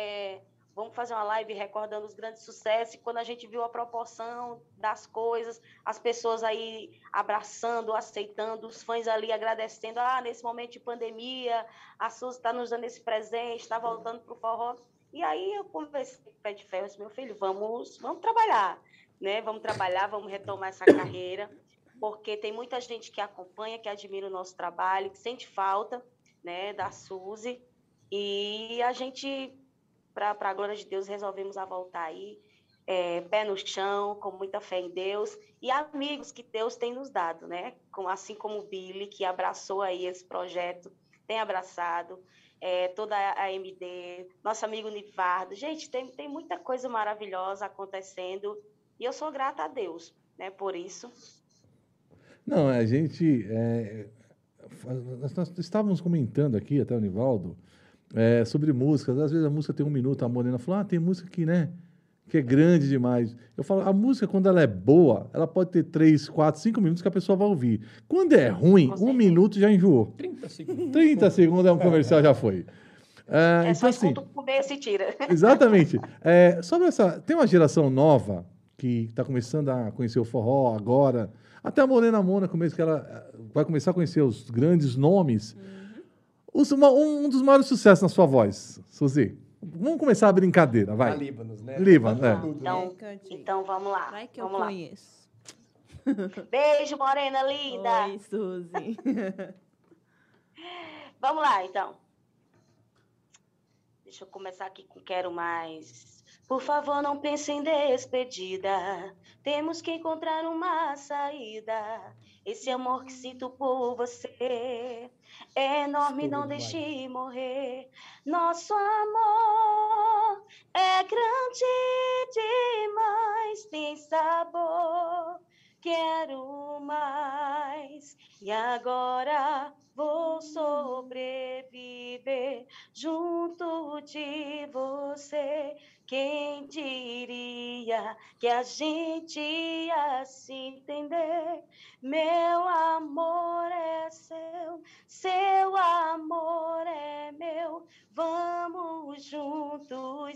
recordando os grandes sucessos, e quando a gente viu a proporção das coisas, as pessoas aí abraçando, aceitando, os fãs ali agradecendo, nesse momento de pandemia, a Suzy está nos dando esse presente, está voltando para o forró. E aí eu conversei com o pé de ferro, meu filho, vamos trabalhar, né? Vamos trabalhar, vamos retomar essa carreira, porque tem muita gente que acompanha, que admira o nosso trabalho, que sente falta, né, da Suzy, e a gente, para a glória de Deus, resolvemos a voltar aí, pé no chão, com muita fé em Deus, e amigos que Deus tem nos dado, né? Assim como o Billy, que abraçou aí esse projeto, tem abraçado, toda a MD, nosso amigo Nivardo. Gente, tem muita coisa maravilhosa acontecendo, e eu sou grata a Deus, né, por isso. Não, a gente... nós estávamos comentando aqui, até o Nivaldo, sobre músicas. Às vezes a música tem 1 minuto, a Morena falou, tem música que, né, que é grande demais. Eu falo, a música, quando ela é boa, ela pode ter 3, 4, 5 minutos que a pessoa vai ouvir. Quando é ruim, 1 minuto já enjoou. 30 segundos. 30 segundos é um comercial, já foi. Só Então, assim, escuta o começo e tira. exatamente. Sobre essa... Tem uma geração nova que está começando a conhecer o forró agora. Até a Morena Mona, que ela vai começar a conhecer os grandes nomes. Um dos maiores sucessos na sua voz, Suzy. Vamos começar a brincadeira, vai. Líbanos, né? Líbanos, Então vamos lá. Vai que vamos eu lá. conheço. Beijo, Morena linda. Oi, Suzy. Vamos lá, então. Deixa eu começar aqui com Quero Mais. Por favor, não pense em despedida. Temos que encontrar uma saída. Esse amor que sinto por você é enorme, não deixe morrer. Nosso amor é grande demais, tem sabor quero mais. E agora vou sobreviver junto de você. Quem diria que a gente ia se entender? Meu amor é seu amor é meu. Vamos juntos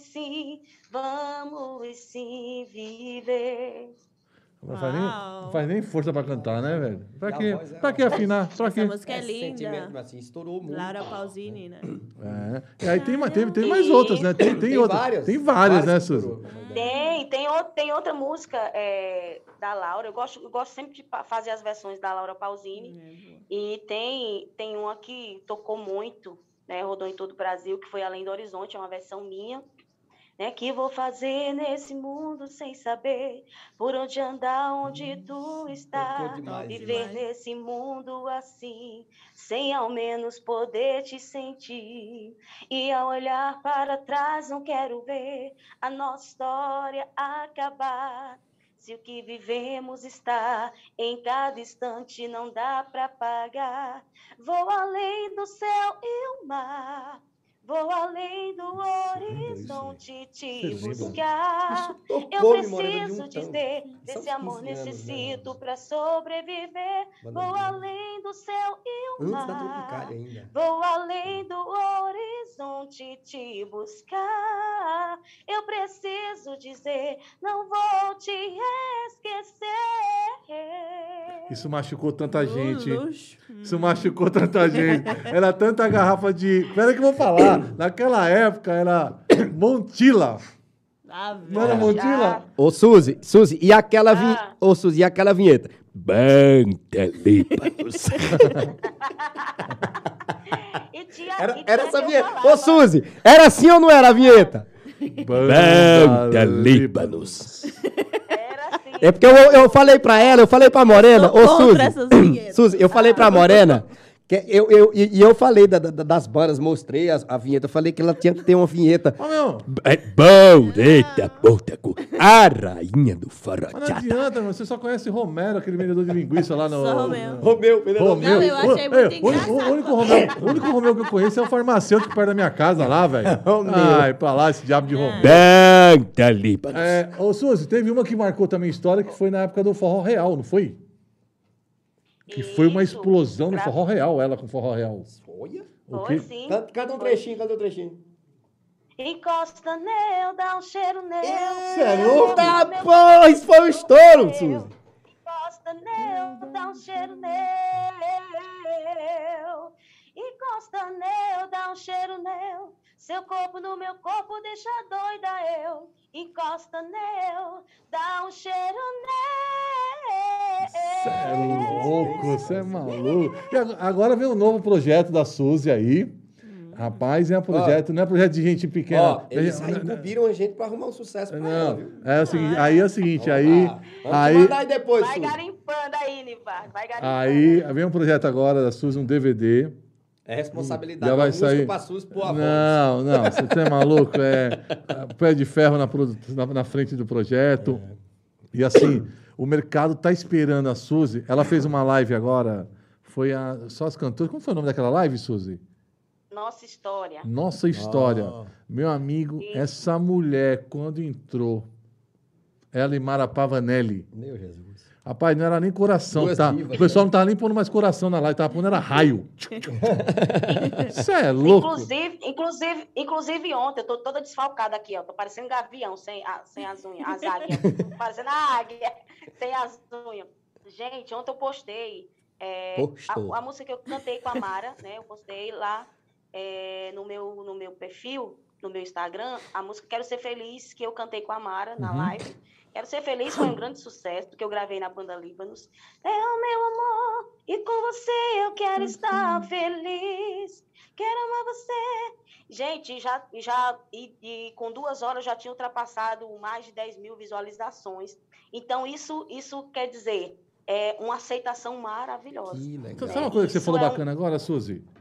vamos sim viver. Não faz nem força pra cantar, né, velho? E a voz Pra que afinar? Pra quê? Essa música é sentimento, linda. mas assim, estourou muito. Laura Pausini, né? É. E aí tem mais outras, né? Tem outras. várias. Tem várias, né, que Suzy? estourou. Tem outra música da Laura. Eu gosto sempre de fazer as versões da Laura Pausini. E tem uma que tocou muito, né? Rodou em todo o Brasil, que foi Além do Horizonte, é uma versão minha. Né, que vou fazer nesse mundo sem saber por onde andar, onde tu está. Viver nesse mundo assim, sem ao menos poder te sentir. E ao olhar para trás não quero ver a nossa história acabar. Se o que vivemos está em cada instante, não dá para pagar. Vou além do céu e o mar. Vou além do horizonte te buscar. Eu preciso dizer, desse amor necessito para sobreviver. Vou além do céu e o mar. Vou além do horizonte te buscar. Eu preciso dizer, não vou te esquecer. Isso machucou tanta gente. Isso machucou tanta gente. Era tanta garrafa de... Pera que eu vou falar. Naquela época era Montila. Não era Montila? Ô, Suzy, e aquela vinheta? Ô, Suzy, e aquela vinheta? Bantelípanos. Era essa vinheta. Ô, Suzy, era assim ou não era a vinheta? Bantelípanos. É porque eu falei pra ela, eu falei pra Morena, ô Suzy, eu falei pra Morena, que eu falei das bandas, mostrei a vinheta, eu falei que ela tinha que ter uma vinheta. Ô, meu. Boreta, Botacu, a rainha do Mas não farrachata. adianta, meu. Você só conhece Romero, aquele vendedor de linguiça lá no... Só Romeu. Romeu. Não, eu achei muito engraçado. O único Romeu que eu conheço é o farmacêutico perto da minha casa lá, velho. Ai, pra lá, esse diabo de Romeu. Bantelípanos. Ô, Suzy, teve uma que marcou também a história, que foi na época do Forró Real, não foi? Que foi uma explosão no Forró Real, ela com Forró Real. Olha. Foi sim. Cadê um trechinho? Encosta nele, dá um cheiro nele. Sério? Tá, pois foi o estouro, Suzy. Encosta nele, dá um cheiro nele. Encosta nele, dá um cheiro nele. Seu corpo no meu corpo deixa doida eu. Encosta nele, dá um cheiro nele. Você é louco, você é maluco. E agora vem um novo projeto da Suzy aí. Rapaz, não é projeto de gente pequena. Ó, eles incumbiram a gente pra arrumar um sucesso pra ela, viu? É o seguinte, aí é o seguinte, Vamos mandar aí depois, Vai Suzy. garimpando aí, Nivar. Vai garimpando. Aí vem um projeto agora da Suzy, um DVD. É responsabilidade Já vai da música sair. pra Suzy pôr a voz. Não, você é maluco. É pé de ferro na frente do projeto. E assim, o mercado tá esperando a Suzy. Ela fez uma live agora, foi só as cantoras. Como foi o nome daquela live, Suzy? Nossa história. Nossa História. Meu amigo, essa mulher, quando entrou, ela e Mara Pavanelli. Meu Jesus. Rapaz, não era nem coração, Duas tá? divas, O pessoal não tava nem pondo mais coração na live, tava pondo era raio. Isso é louco. Inclusive ontem, eu tô toda desfalcada aqui, ó. Tô parecendo gavião, sem as unhas, as águias. Parecendo a águia, sem as unhas. Gente, ontem eu postei a música que eu cantei com a Mara, né? Eu postei lá no meu perfil, no meu Instagram, a música Quero Ser Feliz, que eu cantei com a Mara na live. Quero Ser Feliz foi um grande sucesso, porque eu gravei na banda Líbanos. É o meu amor, e com você eu quero estar feliz. Quero amar você. Gente, e com 2 horas já tinha ultrapassado mais de 10 mil visualizações. Então, isso quer dizer, uma aceitação maravilhosa. Que legal. Então, sabe uma coisa que você falou bacana agora, Suzy?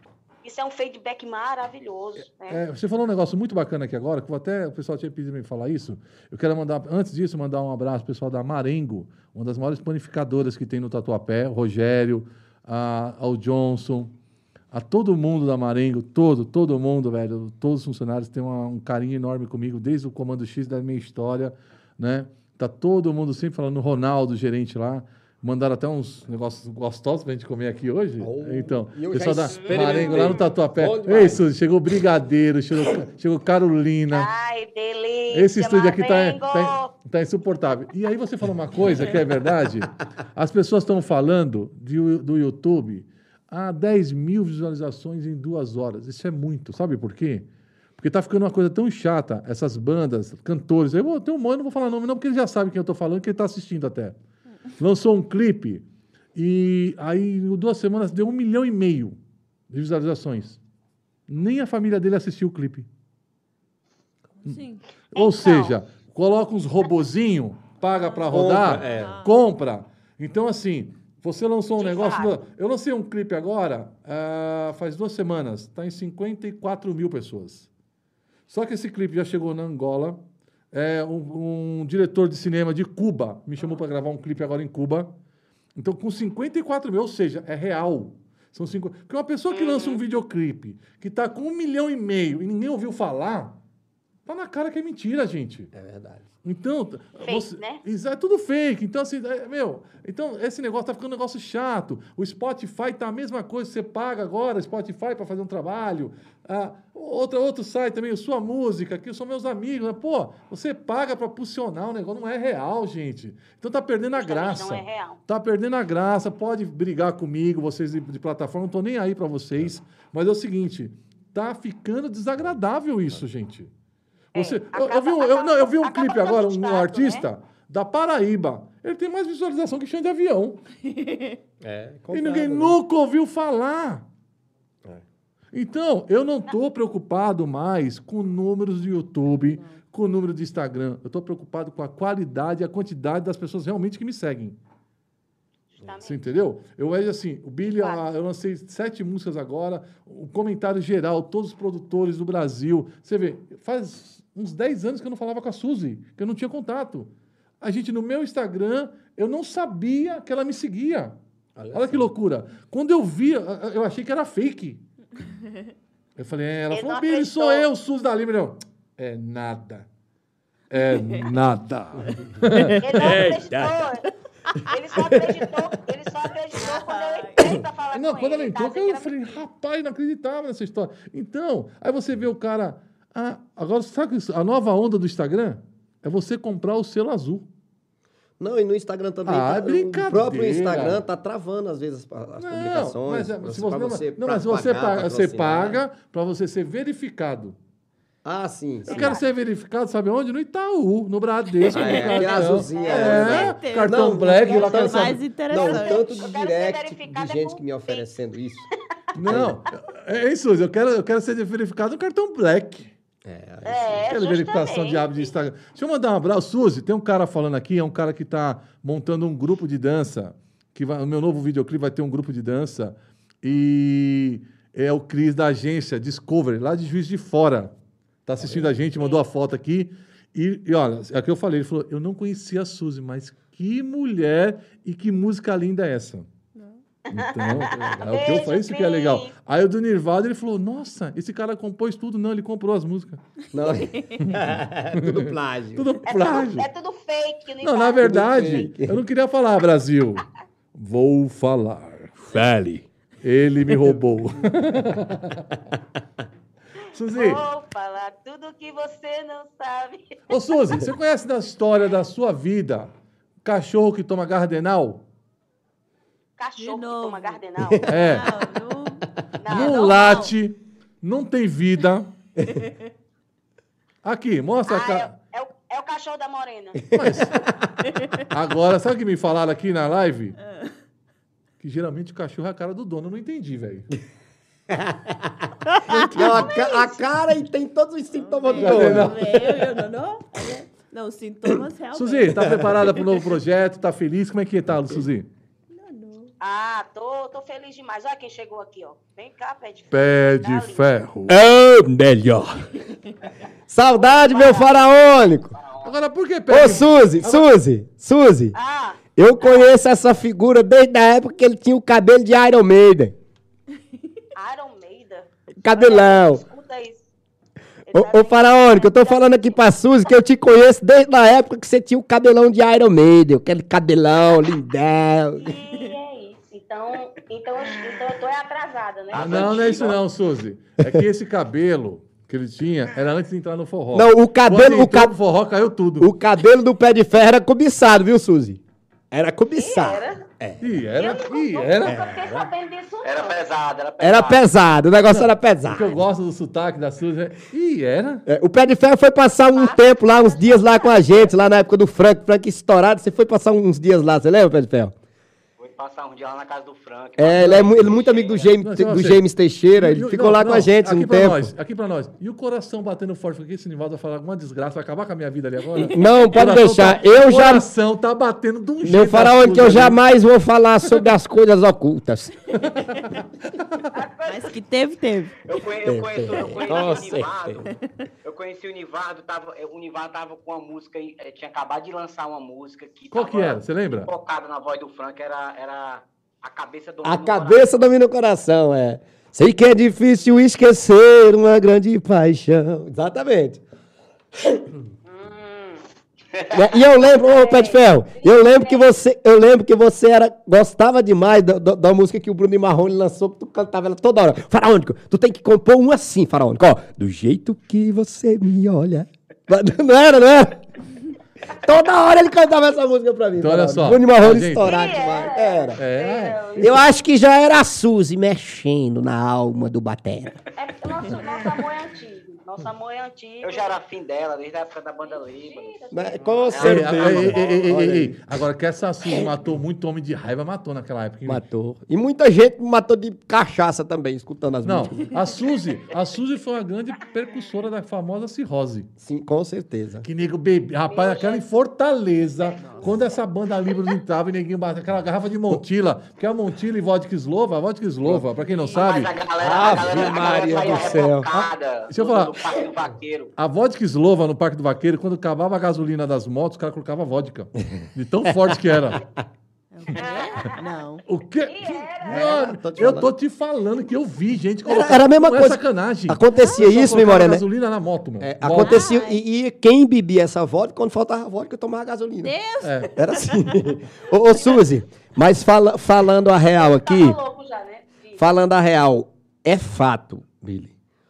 Isso é um feedback maravilhoso. Né? Você falou um negócio muito bacana aqui agora, que o pessoal tinha pedido para me falar isso. Eu quero mandar, antes disso, mandar um abraço pro pessoal da Marengo, uma das maiores panificadoras que tem no Tatuapé, o Rogério, ao Johnson, a todo mundo da Marengo, todo mundo, velho, todos os funcionários têm um carinho enorme comigo, desde o Comando X da minha história, né? Tá todo mundo sempre falando, o Ronaldo, gerente lá, mandaram até uns negócios gostosos pra gente comer aqui hoje. Então, o pessoal da Marengo lá no Tatuapé. Ei, Suzy, chegou brigadeiro, chegou Carolina. Ai, delícia, esse estúdio aqui Marengo. tá insuportável. E aí você falou uma coisa que é verdade. As pessoas estão falando do YouTube 10 mil visualizações em 2 horas. Isso é muito. Sabe por quê? Porque tá ficando uma coisa tão chata, essas bandas, cantores. Eu tenho um mano, não vou falar nome não, porque ele já sabe quem eu tô falando, que ele tá assistindo até. Lançou um clipe e aí, em 2 semanas, deu 1,5 milhão de visualizações. Nem a família dele assistiu o clipe. Sim. Ou seja, coloca uns robozinhos, paga para rodar, compra. Então, assim, você lançou um negócio... Eu lancei um clipe agora, faz 2 semanas, está em 54 mil pessoas. Só que esse clipe já chegou na Angola. Um diretor de cinema de Cuba me chamou para gravar um clipe agora em Cuba. Então, com 54 mil, ou seja, é real. São 5... Porque uma pessoa que lança um videoclipe que está com 1,5 milhão e ninguém ouviu falar, tá na cara que é mentira, gente. É verdade. Então, Fake, né? É tudo fake. Então, assim, então, esse negócio tá ficando um negócio chato. O Spotify tá a mesma coisa. Você paga agora Spotify para fazer um trabalho. Outro site também, o Sua Música, que são meus amigos. Pô, você paga para impulsionar o negócio. Não é real, gente. Então tá perdendo a graça. Não é real. Tá perdendo a graça. Pode brigar comigo, vocês de plataforma. Não tô nem aí para vocês. Mas é o seguinte, tá ficando desagradável isso, gente. Eu vi um clipe agora, um artista da Paraíba. Ele tem mais visualização que chão de avião. E ninguém nunca ouviu falar. Então, eu não estou preocupado mais com números do YouTube, com o número do Instagram. Eu estou preocupado com a qualidade e a quantidade das pessoas realmente que me seguem. Você entendeu? Eu vejo assim, o Billy, eu lancei 7 músicas agora, o comentário geral, todos os produtores do Brasil. Você vê, faz uns 10 anos que eu não falava com a Suzy, que eu não tinha contato. A gente, no meu Instagram, eu não sabia que ela me seguia. Olha que loucura. Quando eu vi, eu achei que era fake. Eu falei, ela falou, Billy, sou eu, Suzy da Lima. Não, é nada. É nada. Ele só acreditou quando eu entrei pra falar com ele. Quando ela entrou, eu falei, rapaz, não acreditava nessa história. Então, aí você vê o cara... agora, sabe a nova onda do Instagram? É você comprar o selo azul. Não, e no Instagram também. É brincadeira. O próprio Instagram tá travando, às vezes, as publicações. Mas você paga para você ser verificado. Sim. Eu quero ser verificado, sabe onde? No Itaú, no Bradesco, no cartão. Que azulzinho. Cartão Black. Mais interessante. Não, tanto de direct de gente que me oferecendo isso. Não, é isso, eu quero ser verificado no cartão Black. Aquela verificação de hábito de Instagram. Deixa eu mandar um abraço. Suzy, tem um cara falando aqui, é um cara que está montando um grupo de dança, o meu novo videoclipe vai ter um grupo de dança, e é o Cris da agência Discovery, lá de Juiz de Fora. Está assistindo a gente, mandou a foto aqui. E olha, é o que eu falei, ele falou, eu não conhecia a Suzy, mas que mulher e que música linda é essa? Então, é o que eu falei, isso que é legal. Aí o do Nirvana, ele falou, nossa, esse cara compôs tudo. Não, ele comprou as músicas. Não, tudo plágio. Tudo plágio. É tudo fake. Não, na verdade, eu não queria falar, Brasil. Vou falar. Fale. Ele me roubou. Suzy. Vou falar tudo que você não sabe. Ô, Suzy, você conhece da história da sua vida cachorro que toma Gardenal? Cachorro que toma Gardenal? Não late, não tem vida. Aqui, mostra a cara. É o cachorro da Morena. Mas, agora, sabe o que me falaram aqui na live? Que geralmente o cachorro é a cara do dono. Eu não entendi, velho. Não, a cara e tem todos os sintomas do dono. Não, os sintomas realmente. Suzy, tá preparada para o novo projeto? Tá feliz? Como é que tá, Suzy? Tô feliz demais. Olha quem chegou aqui, ó. Vem cá, pé de ferro. Pé Tá de ali. ferro. É melhor. Saudade, meu faraônico. Agora, por que Ô, pé de Suzy. Ah, Eu conheço essa figura desde a época que ele tinha o cabelo de Iron Maiden. Iron Maiden. Cabelão. Escuta isso. Ele tá Ô, faraônico, eu tô falando aqui pra Suzy que eu te conheço desde a época que você tinha o cabelão de Iron Maiden. Aquele cabelão lindão. E é isso. Então eu tô atrasada, né? Não é isso não, Suzy. É que esse cabelo que ele tinha era antes de entrar no forró. Não, o cabelo- Quando ele o entrou cab- no forró caiu tudo. O cabelo do pé de ferro era cobiçado, viu, Suzy? Era cobiçado. Era. E Eu era. nunca fiquei sabendo disso, Era não. pesado, era pesado. Era pesado, o negócio era O que eu pesado. gosto do sotaque da Suzy é. E era. É, o pé de ferro foi passar um tempo lá, uns dias lá com a gente, lá na época do Frank estourado. Você foi passar uns dias lá, você lembra, pé de ferro? Fui passar um dia lá na casa do Frank. É, ele é muito amigo do James, Não, só do você. James Teixeira, ele ficou lá com a gente aqui um pra tempo. Aqui pra nós. E o coração batendo forte, porque esse Nivaldo vai falar alguma desgraça, vai acabar com a minha vida ali agora? Não, pode O coração deixar. tá- Eu o já- coração tá batendo de um jeito. Meu faraônico, que eu Suzy ali. jamais vou falar sobre as coisas ocultas. Mas que teve. Eu conheci Com o Nivaldo. Eu conheci o Nivaldo, o Nivaldo tava com uma música, tinha acabado de lançar uma música que Qual que tava era? Você lembra? focada na voz do Frank, era A Cabeça do A cabeça domina o coração, é. Sei que é difícil esquecer uma grande paixão. Exatamente. E eu lembro, ô Pé de Ferro, eu lembro que você gostava demais da música que o Bruno Marrone lançou, que tu cantava ela toda hora. Faraônico, tu tem que compor um assim, Faraônico, ó. Do jeito que você me olha. Não era? Toda hora ele cantava essa música pra mim. Então, olha Faraônico. só, Bruno Marrone gente. estourado demais. Era. É. Eu acho que já era a Suzy mexendo na alma do Batera. É porque nosso amor é antigo. Nosso amor é antigo. Eu já era afim dela, desde a época da banda Líbano. Mas, com Ei, certeza. Olha aí. ei. Agora que essa Suzy matou muito homem de raiva, matou naquela época. hein? Matou. E muita gente matou de cachaça também, escutando as Não, músicas. a Suzy foi uma grande percussora da famosa cirrose. Sim, com certeza. Que nego bebê. Rapaz, aquela em Fortaleza, quando essa banda Libros entrava e ninguém bateu aquela garrafa de Montila, porque a Montila e vodka Slova, pra quem não sabe, Mas a galera Ave Maria saía do céu. rebocada Deixa eu falar. do Parque do Vaqueiro. a vodka Slova no Parque do Vaqueiro, quando acabava a gasolina das motos, os caras colocavam vodka. De tão forte que era. Não. O quê? Mano, tô te eu falando. tô te falando que eu vi gente colocando. Era a mesma Não é coisa. sacanagem. Acontecia O pessoal isso, colocava Memória, né? gasolina na moto, mano. É, Moto. acontecia, e quem bebia essa vodka, quando faltava vodka, tomava gasolina. Deus. É. Era assim. Ô, Suzy, mas falando a real aqui, Tava louco já, né? falando a real, é fato, Billy.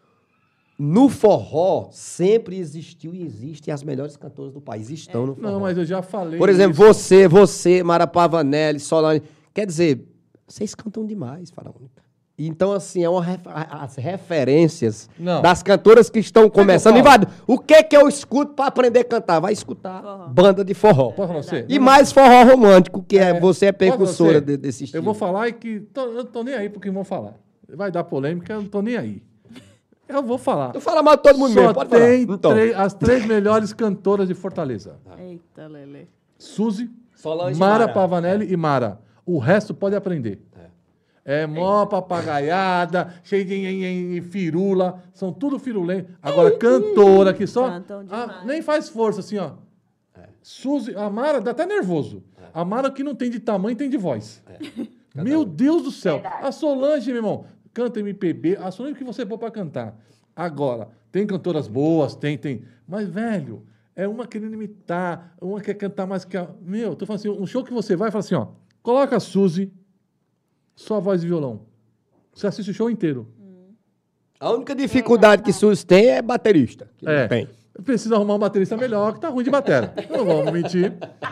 No forró, sempre existiu e existem as melhores cantoras do país. Estão no forró. Não, mas eu já falei. Por exemplo, isso. você, Mara Pavanelli, Solange. Quer dizer, vocês cantam demais, Faraônica. Então, assim, é as referências Não. das cantoras que estão começando. falo? Ivado, o que eu escuto pra aprender a cantar? Vai escutar Forró. banda de forró. Posso falar você? E mais forró romântico, que você é Posso falar percussora você? desse estilo. Eu vou falar e que. Eu não tô nem aí porque vão falar. Vai dar polêmica, eu não tô nem aí. Eu vou falar. Tu fala mal de todo mundo Só mesmo, pode falar. tem Então. as 3 melhores cantoras de Fortaleza. Eita, Lele. Suzy, Solange e Mara Mara. Pavanelli e Mara. O resto pode aprender. É mó papagaiada, cheio de firula, são tudo firulento. Agora, cantora que só... Cantam demais. nem faz força, assim, ó. Suzy, a Mara dá até nervoso. A Mara que não tem de tamanho, tem de voz. Meu Deus do céu. A Solange, meu irmão, canta MPB, a Solange que você pôr pra cantar. Agora, tem cantoras boas, tem. Mas, velho, é uma querendo imitar, uma quer cantar mais que a... Meu, tô falando assim, um show que você vai e fala assim, ó, coloca a Suzy, só voz e violão. Você assiste o show inteiro. A única dificuldade que Suzy tem é baterista. Que não tem. Precisa arrumar um baterista melhor, que tá ruim de bateria. Não vamos mentir.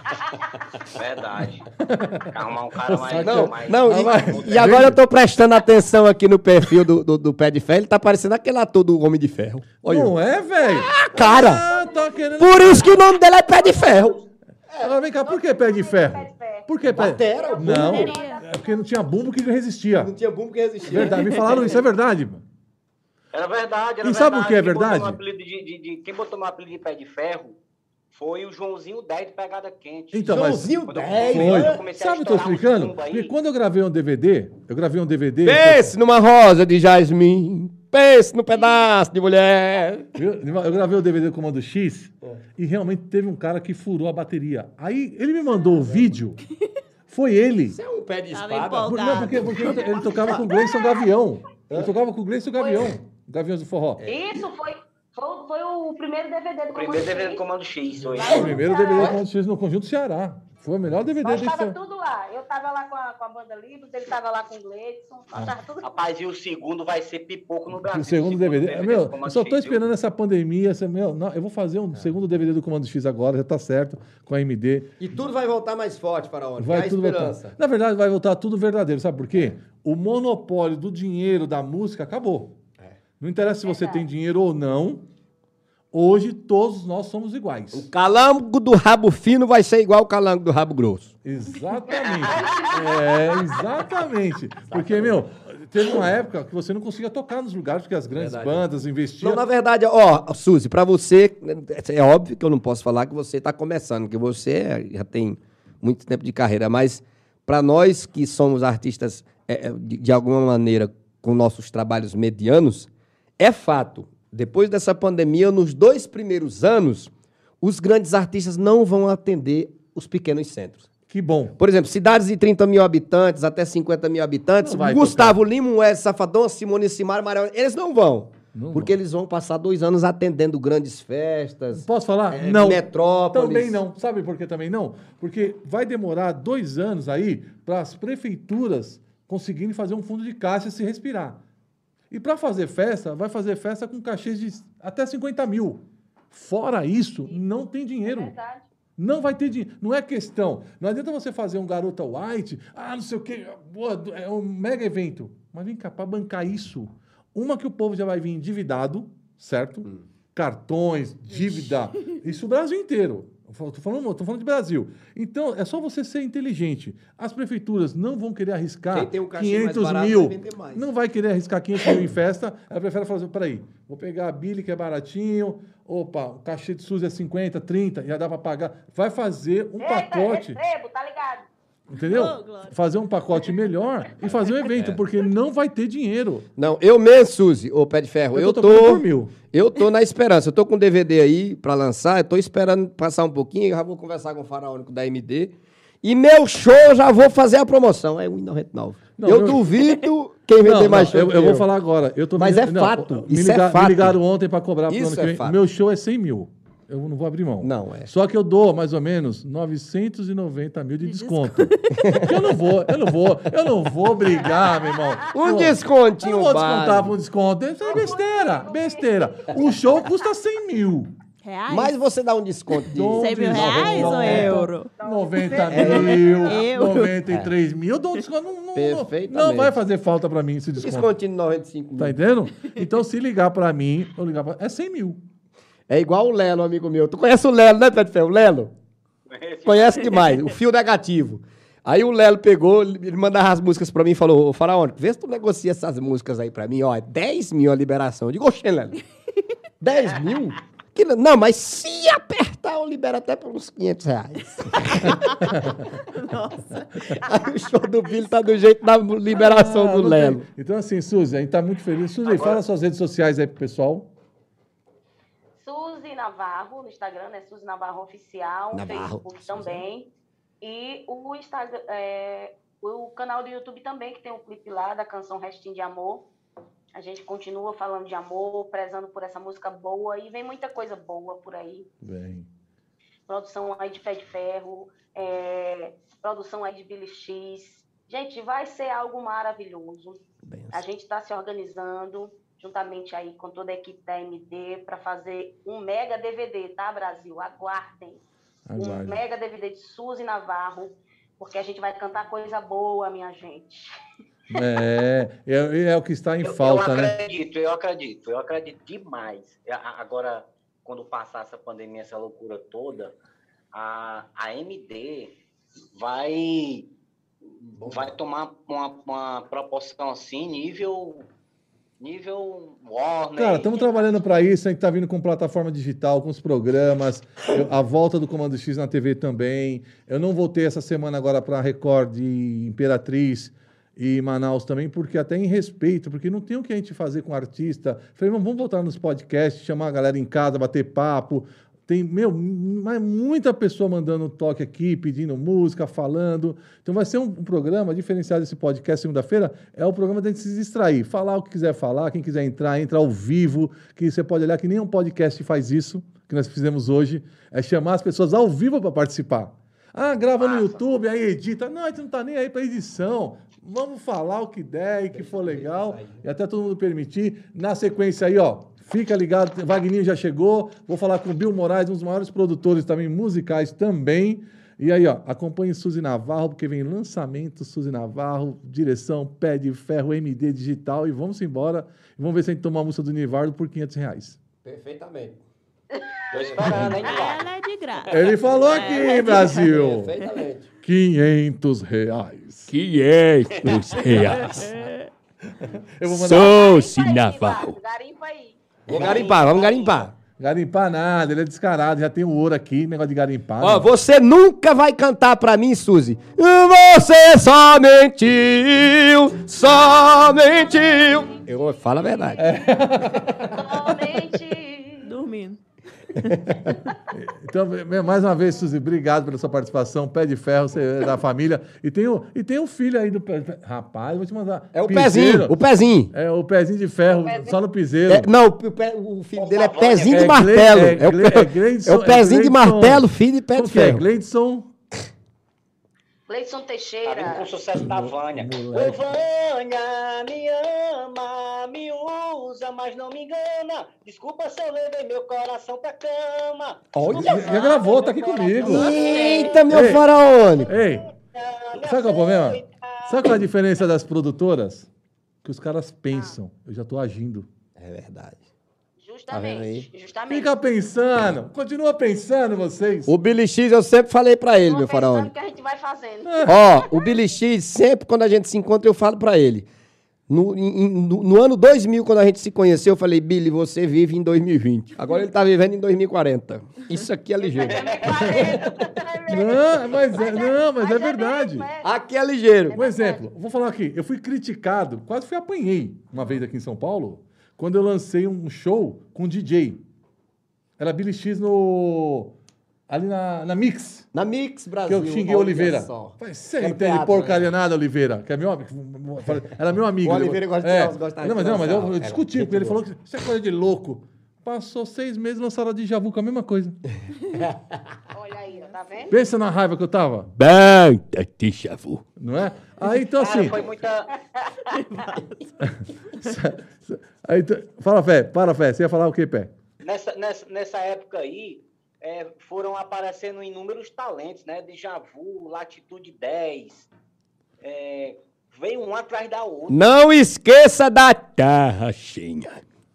Verdade. Arrumar um cara mais... Não, mais não, e agora eu tô prestando atenção aqui no perfil do Pé de Ferro, ele tá parecendo aquele ator do Homem de Ferro. Olha. Não é, velho? Cara, Ah, tá querendo... por isso que o nome dele é Pé de Ferro. Agora vem cá, por que pé de ferro? Por que pé? Batera, Não, bumbo. é porque não tinha bumbo que resistia. tinha bumbo que existia. Verdade, me falaram isso, é verdade. Era verdade, era E sabe verdade. o que é Quem botou verdade? meu apelido quem botou meu apelido de Pé de Ferro Foi o Joãozinho 10 de Pegada Quente. Então, Joãozinho Quando eu 10, comecei- Foi. eu comecei a Sabe o que eu tô estourar uns explicando? tumba aí. Porque quando eu gravei um DVD... Pense numa rosa de jasmim. Pense no pedaço de mulher. Eu gravei o DVD do Comando X e realmente teve um cara que furou a bateria. Aí ele me mandou o vídeo. Foi ele. Você é um pé de Tava espada. empolgado. Não, porque ele tocava com o Gleison Gavião. Ele tocava com o Gleison Gavião. Gaviões do Forró. Isso foi o primeiro DVD do O primeiro DVD do Comando X. Foi. O primeiro DVD do Comando X no Conjunto Ceará. Foi o melhor DVD Nós desse tava ano. tudo lá. Eu tava lá com a banda Livros, ele tava lá com o Gleidson. Nós tava tudo Rapaz, e o segundo vai ser pipoco no Brasil. O segundo DVD. do Meu, Comando eu só tô X, viu? esperando essa pandemia. Eu vou fazer um segundo DVD do Comando X agora, já tá certo, com a MD. E tudo vai voltar mais forte, Faraônico. Vai É a tudo esperança. voltar. Na verdade, vai voltar tudo verdadeiro. Sabe por quê? O monopólio do dinheiro da música acabou. Não interessa se você tem dinheiro ou não. Hoje, todos nós somos iguais. O calango do rabo fino vai ser igual o calango do rabo grosso. Exatamente. Exatamente. Porque, meu, teve uma época que você não conseguia tocar nos lugares, porque as grandes bandas investiam. Não, na verdade, ó, Suzy, pra você, é óbvio que eu não posso falar que você tá começando, que você já tem muito tempo de carreira, mas pra nós que somos artistas, de alguma maneira, com nossos trabalhos medianos, é fato. Depois dessa pandemia, nos 2 primeiros anos, os grandes artistas não vão atender os pequenos centros. Que bom. Por exemplo, cidades de 30 mil habitantes até 50 mil habitantes, Não vai Gustavo Lima, Wesley Safadão, Simone Simara, Mariana, eles não vão. Não porque vão. eles vão passar 2 anos atendendo grandes festas. Posso falar? Não. Metrópolis. Também não. Sabe por que também não? Porque vai demorar 2 anos aí para as prefeituras conseguirem fazer um fundo de caixa se respirar. E para fazer festa, vai fazer festa com cachês de até 50 mil. Fora isso, não tem dinheiro. verdade. Não vai ter dinheiro. Não é questão. Não adianta você fazer um Garota White, não sei o quê, é um mega evento. Mas vem cá, para bancar isso, uma que o povo já vai vir endividado, certo? Cartões, dívida, isso o Brasil inteiro. Tô falando de Brasil. Então, é só você ser inteligente. As prefeituras não vão querer arriscar Quem tem um cachê mais 500 barato mil. vai vender mais. Não vai querer arriscar 500 mil em festa. Ela prefere falar assim, peraí, vou pegar a Billy, que é baratinho. Opa, o cachê de SUS é 50, 30, já dá para pagar. Vai fazer um pacote. Recebo, tá ligado? Entendeu? Ô, Glória. Fazer um pacote melhor e fazer um evento, porque não vai ter dinheiro. Não, eu mesmo, Suzy, ô Pé de Ferro, eu tocando tô... por 1000. Eu tô na esperança. Eu tô com um DVD aí pra lançar, eu tô esperando passar um pouquinho, eu já vou conversar com o Faraônico da MD. E meu show, eu já vou fazer a promoção. É R$1,99. Não, Eu meu- duvido quem vender mais show. eu que vou falar agora. Eu tô Mas é fato, Me, isso é fato. me ligaram ontem para cobrar pro Isso ano que é vem. fato. Meu show é 100 mil. Eu não vou abrir mão. Não, é. Só que eu dou mais ou menos 990 mil de desconto. Porque eu não vou brigar, meu irmão. Um Pô, descontinho Eu não vou descontar básico. para um desconto. Isso é besteira. O show custa 100 mil. Reais? Mas você dá um desconto de... Dou 100 mil reais ou euro? 90 mil, Euro. 93 mil. Eu dou um desconto. Perfeitamente. Não vai fazer falta para mim esse desconto. Descontinho de 95 mil. Tá entendendo? Então, se ligar pra mim, eu ligar pra... É 100 mil. É igual o Lelo, amigo meu. Tu conhece o Lelo, né, Pé de Ferro? O Lelo? Conhece demais. O fio negativo. Aí o Lelo pegou, ele mandava as músicas pra mim e falou, ô Faraônico, vê se tu negocia essas músicas aí pra mim, ó, é 10 mil a liberação. Eu digo, oxe, Lelo, 10 mil? Não, mas se apertar, eu libero até por uns 500 reais. Nossa. Aí o show do Billy tá do jeito da liberação do não Lelo. tem. Então, assim, Suzy, a gente tá muito feliz. Suzy, fala suas redes sociais aí pro pessoal. Suzy Navarro, no Instagram, né? Suzy Navarro Oficial, no Navarro. Facebook também. E o Instagram, o canal do YouTube também, que tem um clipe lá da canção Restinho de Amor. A gente continua falando de amor, prezando por essa música boa. E vem muita coisa boa por aí. Bem. Produção aí de Pé de Ferro, produção aí de Billy X. Gente, vai ser algo maravilhoso. A gente está se organizando, juntamente aí com toda a equipe da MD, para fazer um mega DVD, tá, Brasil? Aguardem. Um mega DVD de Suzy Navarro, porque a gente vai cantar coisa boa, minha gente. É o que está em falta, né? Eu acredito demais. Agora, quando passar essa pandemia, essa loucura toda, a MD vai tomar uma proporção assim, nível nível Warner. Cara, estamos trabalhando para isso, a gente está vindo com plataforma digital, com os programas, a volta do Comando X na TV também. Eu não voltei essa semana agora para Record e Imperatriz e Manaus também, porque até em respeito, porque não tem o que a gente fazer com artista. Falei, vamos voltar nos podcasts, chamar a galera em casa, bater papo. Tem, mas muita pessoa mandando toque aqui, pedindo música, falando. Então vai ser um programa diferenciado desse podcast segunda-feira. É o programa da gente se distrair, falar o que quiser falar, quem quiser entrar, entra ao vivo, que você pode olhar que nem um podcast faz isso, que nós fizemos hoje, é chamar as pessoas ao vivo para participar. Ah, grava no YouTube, aí edita. Não, a gente não tá nem aí para edição. Vamos falar o que der e que for legal, e até todo mundo permitir. Na sequência aí, ó, fica ligado, Wagninho já chegou, vou falar com o Bill Moraes, um dos maiores produtores também musicais também. E aí, ó, acompanhe Suzy Navarro, porque vem lançamento Suzy Navarro, direção Pé de Ferro, MD Digital, e vamos embora. E vamos ver se a gente toma a música do Nivardo por R$500. Perfeitamente. Tô esperando, hein, Ela é de graça. Ele falou aqui, Brasil. Perfeitamente. R$500. R$500. Eu vou mandar... Suzy Navarro. Garimpa aí. Vou garimpar, vamos garimpar. Garimpar nada, ele é descarado, já tem o ouro aqui, negócio de garimpar. Ó, né? você nunca vai cantar pra mim, Suzy. Você só mentiu, só mentiu. Eu falo a verdade. Somente. Dormindo. Então, mais uma vez, Suzy, obrigado pela sua participação. Pé de ferro, você é da família. E tem um filho aí do pé. Rapaz, vou te mandar. É o Piseiro. pezinho, o pezinho. É o pezinho de ferro, só no piseiro. Não, o filho dele é pezinho de martelo. É o pezinho de martelo, filho de pé de ferro. Gleidson. Gleidson Tá Teixeira. vindo com o sucesso da Vânia. Moleque. Ô, Vânia, me ama, me usa, mas não me engana. Desculpa se eu levei meu coração pra cama. Olha, Já gravou, tá aqui comigo. Eita, meu Ei. faraônico. Ei, sabe qual é o problema? Sabe qual é a diferença das produtoras? Que os caras pensam. Eu já tô agindo. É verdade. Justamente. Justamente. Fica pensando. Continua pensando, vocês. O Billy X, eu sempre falei pra ele, Vamos meu pensando faraônico. que a gente vai fazendo. Ó, o Billy X, sempre quando a gente se encontra, eu falo pra ele. No ano 2000, quando a gente se conheceu, eu falei, Billy, você vive em 2020. Agora ele tá vivendo em 2040. Isso aqui é ligeiro. Mas é verdade. Aqui é ligeiro. Um exemplo, vou falar aqui. Eu fui criticado, quase fui apanhei uma vez aqui em São Paulo, quando eu lancei um show com DJ. Era Billy X ali na Mix. Na Mix, Que Brasil. eu xinguei o Oliveira. Só. Falei, você não Quero entende teatro, porcaria né? nada, Oliveira. Que é meu amigo. Era meu amigo. O Oliveira gosta de tirar, gosta de Não, mas tirar eu sarro. discuti Era com ele. Ele gente falou que isso é coisa de louco. Passou 6 meses, lançaram a Dja Vu com a mesma coisa. Olha aí, ó, tá vendo? Pensa na raiva que eu tava. Banda Dja Vu. Não é? Aí, então, Cara, assim... foi muita. Aí, fala, Fé. Você ia falar o quê, Pé? Nessa época aí, foram aparecendo inúmeros talentos, né? Dja Vu, Latitude 10. Veio um atrás da outra. Não esqueça da tarraxinha.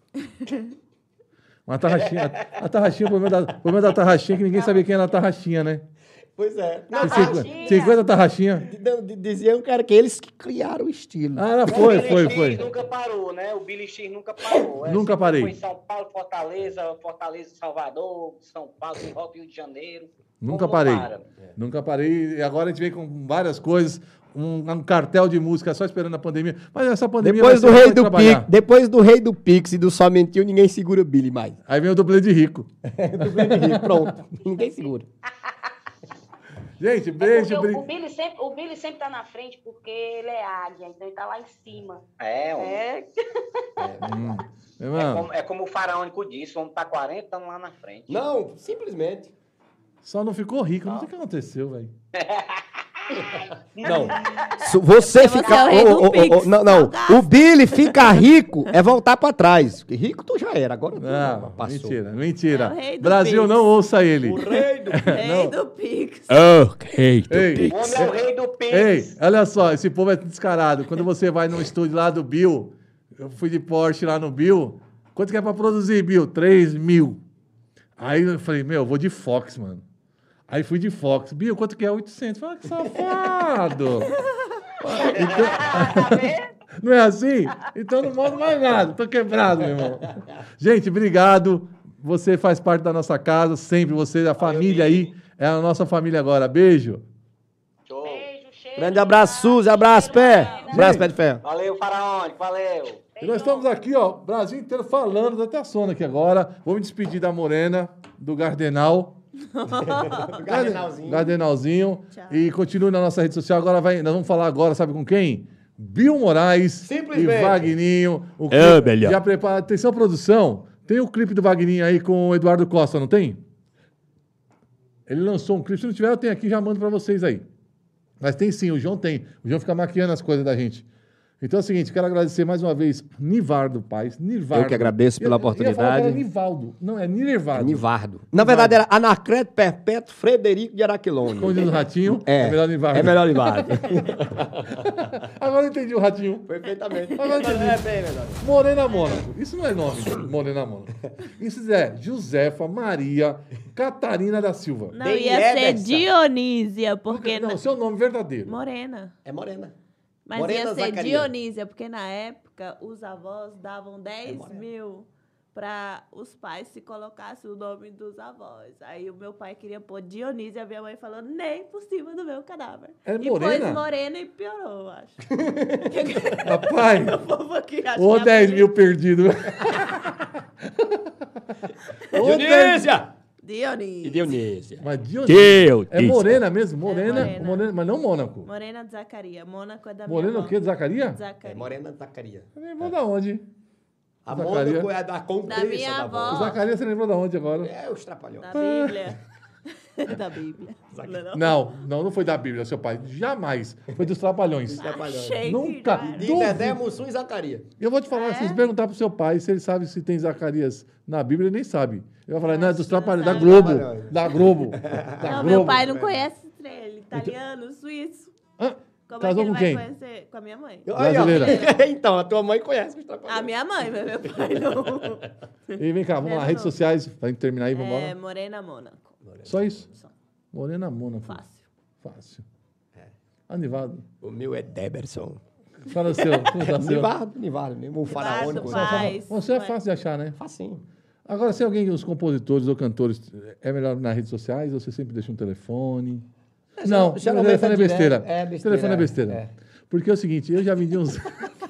Uma tarraxinha. A tarraxinha, o problema da tarraxinha é que ninguém sabia quem era a tarraxinha, né? Pois é. Tem 50 tarraxinha. Diziam, cara, que eles que criaram o estilo. Ah, O Billy X foi. nunca parou, né? O Billy X nunca parou. Nunca parei. Foi em São Paulo, Fortaleza, Salvador, São Paulo, Rio de Janeiro. Nunca Como parei. para? Nunca parei. E agora a gente vem com várias coisas. Um cartel de música só esperando a pandemia. Mas essa pandemia Depois vai do ser rei pra do trabalhar. Pix, depois do rei do Pix e do Só Mentiu, ninguém segura o Billy mais. Aí vem o dublê de rico. Pronto, ninguém segura. Gente, beijo. Porque o Billy sempre tá na frente porque ele é águia, então ele tá lá em cima. Meu irmão, É como o faraônico disse, o homem tá 40 anos lá na frente. Não, simplesmente. só não ficou rico. Não sei o que aconteceu, velho. Não. Você ficar. é o rei do Pix, Não. O Billy ficar rico é voltar pra trás. Porque rico tu já era, agora tu Não, passou. mentira. É o rei do Brasil, Pix. não ouça ele. O rei do Rei do Pix. Ok, do Ei. O Pix. homem é o rei do Pix. Ei, olha só, esse povo é descarado. Quando você vai no estúdio lá do Bill, eu fui de Porsche lá no Bill, quanto que é pra produzir, Bill? 3 mil. Aí eu falei, meu, eu vou de Fox, mano. Aí fui de Fox. Bill, quanto que é? 800. Falei, que safado. Não é assim? Então não mando mais nada. Tô quebrado, meu irmão. Gente, obrigado. Você faz parte da nossa casa, sempre. Você, a família aí, é a nossa família agora. Beijo. Show. Grande abraço, Suzy. Abraço, pé. Abraço, pé de ferro. Valeu, Faraônico. Valeu. E nós estamos aqui, ó, Brasil inteiro falando, dá até a sono aqui agora. Vou me despedir da Morena, do Gardenal. Gardenalzinho. Tchau. E continue na nossa rede social. Agora nós vamos falar agora, sabe com quem? Bill Moraes Simplesmente. e Vagninho. É, melhor. Já prepara. Atenção, produção. Tem o clipe do Vagninho aí com o Eduardo Costa, não tem? Ele lançou um clipe. Se não tiver, eu tenho aqui, já mando pra vocês aí. Mas tem sim, o João tem. O João fica maquiando as coisas da gente. Então é o seguinte, quero agradecer mais uma vez Nivardo Paz. Nivardo. Eu que agradeço pela Eu ia falar que oportunidade. era Nivaldo. Não, é Nivardo. Nivardo. Na verdade, era Anacreto Perpétuo Frederico de Araquilone. Como diz o Ratinho, é melhor Nivardo. É melhor Nivardo. Agora eu entendi o Ratinho. Perfeitamente. Agora eu entendi. É bem melhor. Morena Mônaco. Isso não é nome, Morena Mônaco. Isso é Josefa Maria Catarina da Silva. Não, Bem ia ser Ederson. Dionísia, porque... Não, seu nome verdadeiro. Morena. É morena. Mas Morena ia ser Zacaria. Dionísia, porque na época os avós davam 10 morena. mil para os pais se colocassem o nome dos avós. Aí o meu pai queria pôr Dionísia, a minha mãe falou nem por cima do meu cadáver. É e morena? pôs morena e piorou, eu acho. Rapaz, O povo aqui acha ô que é 10 mil perdido. Ô 10 Dionísia! Dionísia. E Dionísia. Mas Dionísia. Deus. É Morena mesmo? Morena, Morena. Morena, mas não Mônaco. Morena de Zacaria. Mônaco é da minha Morena avó. o quê? De Zacaria? Zacaria. É morena Zacaria. Você lembrou da onde? A Zacaria. Mônaco é da Condessa Da minha da avó. O Zacaria você lembrou da onde agora? É os trapalhões. Da Bíblia. Da Bíblia. Não foi da Bíblia, seu pai. Jamais. Foi dos Trapalhões. Achei Nunca. que De Duvido. Dedé, Mussum e Zacaria. Eu vou te falar, se você perguntar pro seu pai se ele sabe se tem Zacarias na Bíblia, ele nem sabe. Ele vai falar, não, é dos Trapalhões, da sabe. Globo. Trapalhões. Da Globo. Da Não, Globo. meu pai não conhece ele. Italiano, suíço. Hã? Como Casou é que com ele quem? vai conhecer? Com a minha mãe. Brasileira. Então, a tua mãe conhece os trapalhões. A minha mãe, mas meu pai não. E vem cá, vamos lá, Não. redes sociais, pra gente terminar aí, vamos É, embora. Morena Mônaco. Só isso? Só. Morena Mônaco. Fácil. Fácil. Anivaldo. O meu é Deberson. Fala o seu. Como tá o seu? Nivardo mesmo. O faraônico. Paz. Você é Ué. fácil de achar, né? Facinho. Agora, se alguém, os compositores ou cantores, é melhor nas redes sociais ou você sempre deixa um telefone? Não, o geralmente telefone é é direto. besteira. É besteira, Telefone é besteira. é. Porque é o seguinte, eu já vendi uns...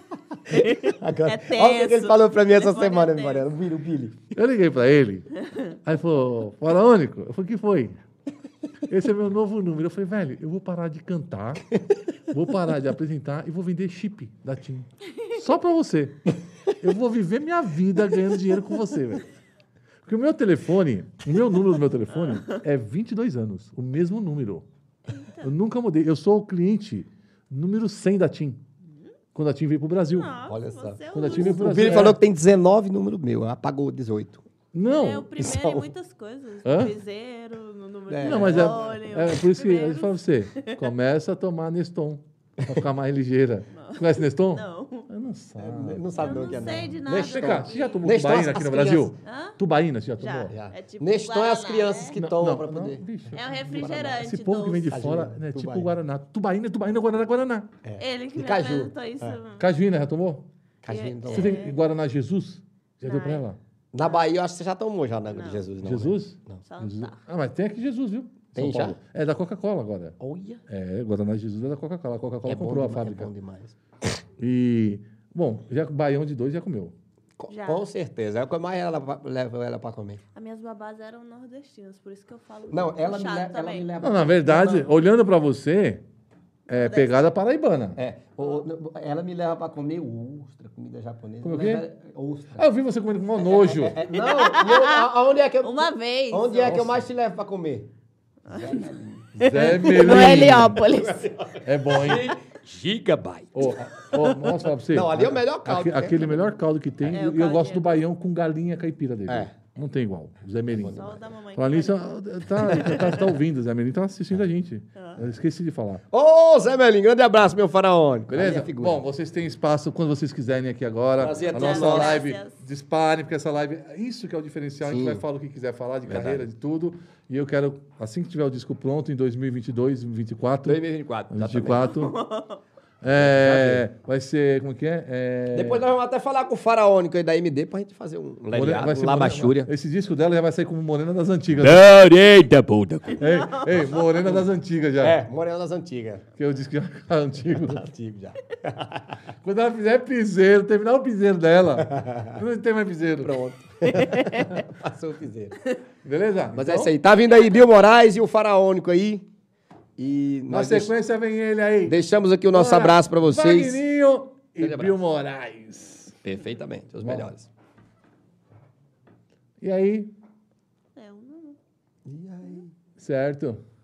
Agora, É tenso. olha o que ele falou pra mim essa Telefone é semana, tenso. Moreno. O Billy. Eu liguei pra ele, aí ele falou, Faraônico? Eu falei, o que foi? Esse é meu novo número. Eu falei, velho, eu vou parar de cantar, vou parar de apresentar e vou vender chip da TIM. Só pra você. Eu vou viver minha vida ganhando dinheiro com você, velho. Porque o meu telefone, o meu número do meu telefone é 22 anos. O mesmo número. Eu nunca mudei. Eu sou o cliente número 100 da TIM. Quando a TIM veio pro Brasil. Nossa, Olha só. você é Quando a um TIM veio pro O Brasil. Billy falou que tem 19 número meu. Apagou 18. Não. É o primeiro em muitas coisas. Hã? No piseiro, no número de Não, mas telefone. é por isso que a gente fala pra você. Começa a tomar Neston. Pra ficar mais ligeira. Você conhece Neston? Não. Eu não sabe. Não sabe Eu de não onde é, sei não. de nada. Vem cá, você já tomou Neston, tubaína as aqui no crianças. Brasil? Hã? Tubaína, você já tomou? Já. Já. É tipo Neston é Guaraná, as crianças que né? tomam pra poder. bicho. É um refrigerante Esse povo que vem de doce. fora, Cajuína, né? Tipo tubaína. Guaraná. Tubaína, Guaraná, Guaraná. Ele que E me caju. apresentou isso. Cajuína, já tomou? Cajuína, então. Você tem Guaraná Jesus? Já deu pra Não. ela? Na Bahia, eu acho que você já tomou já, né? De Não. Jesus. Não, Jesus? Só Jesus. tá. Ah, mas tem aqui Jesus, viu? Tem São Paulo. já? É da Coca-Cola agora. Olha. É, Guaraná Jesus é da Coca-Cola. A Coca-Cola É bom comprou a demais, fábrica. é bom demais. E, bom, já baião de 2 já comeu. Já. Com certeza. É o que mais ela leva ela pra comer. As minhas babás eram nordestinas, por isso que eu falo Não, ela me, puxado leva, ela também. me leva. Não, na verdade, olhando pra você, é pegada paraibana. É, ela me leva pra comer ostra, comida japonesa. Como o Leva quê? Ostra. Ah, eu vi você comendo com maior nojo. Não, aonde é que eu... Uma vez. Onde é que eu mais te levo pra comer? Zé Melim. No Heliópolis. É bom, hein? Gigabyte. Ô, posso falar pra você? Não, ali é o melhor caldo que tem Aquele também. melhor caldo que tem. É, o e eu caldinho. gosto do baião com galinha caipira dele. É. Não tem igual. Zé Melim. Só o da mamãe. Falar nisso, tá ouvindo, Zé Melim tá assistindo a gente. Eu esqueci de falar. Ô, Zé Melim, grande abraço, meu faraônico. Beleza? Aí é figura. Bom, vocês têm espaço quando vocês quiserem aqui agora. Prazer A é nossa todo nosso. live, Graças. disparem, porque essa live, isso que é o diferencial. A gente Sim. vai falar o que quiser falar de carreira, de tudo. E eu quero, assim que tiver o disco pronto, em 2022, 2024, 2024. 24, Vai ser, como que é? Depois nós vamos até falar com o Faraônico aí da MD pra gente fazer um leviado, labachúria. Esse disco dela já vai sair como Morena das Antigas. Eita, puta. Ei, Morena das Antigas já. Morena das Antigas. Que eu disse que já tá antigo. Tá antigo já. Quando ela fizer piseiro, terminar o piseiro dela, não tem mais piseiro. Pronto. Passou o piseiro. Beleza? Mas é isso aí. Tá vindo aí Bill Moraes e o Faraônico aí. E na sequência vem ele aí. Deixamos aqui o nosso abraço pra vocês. Wagninho e Bill Moraes. Perfeitamente, os melhores. E aí? Eu não. E aí? Certo.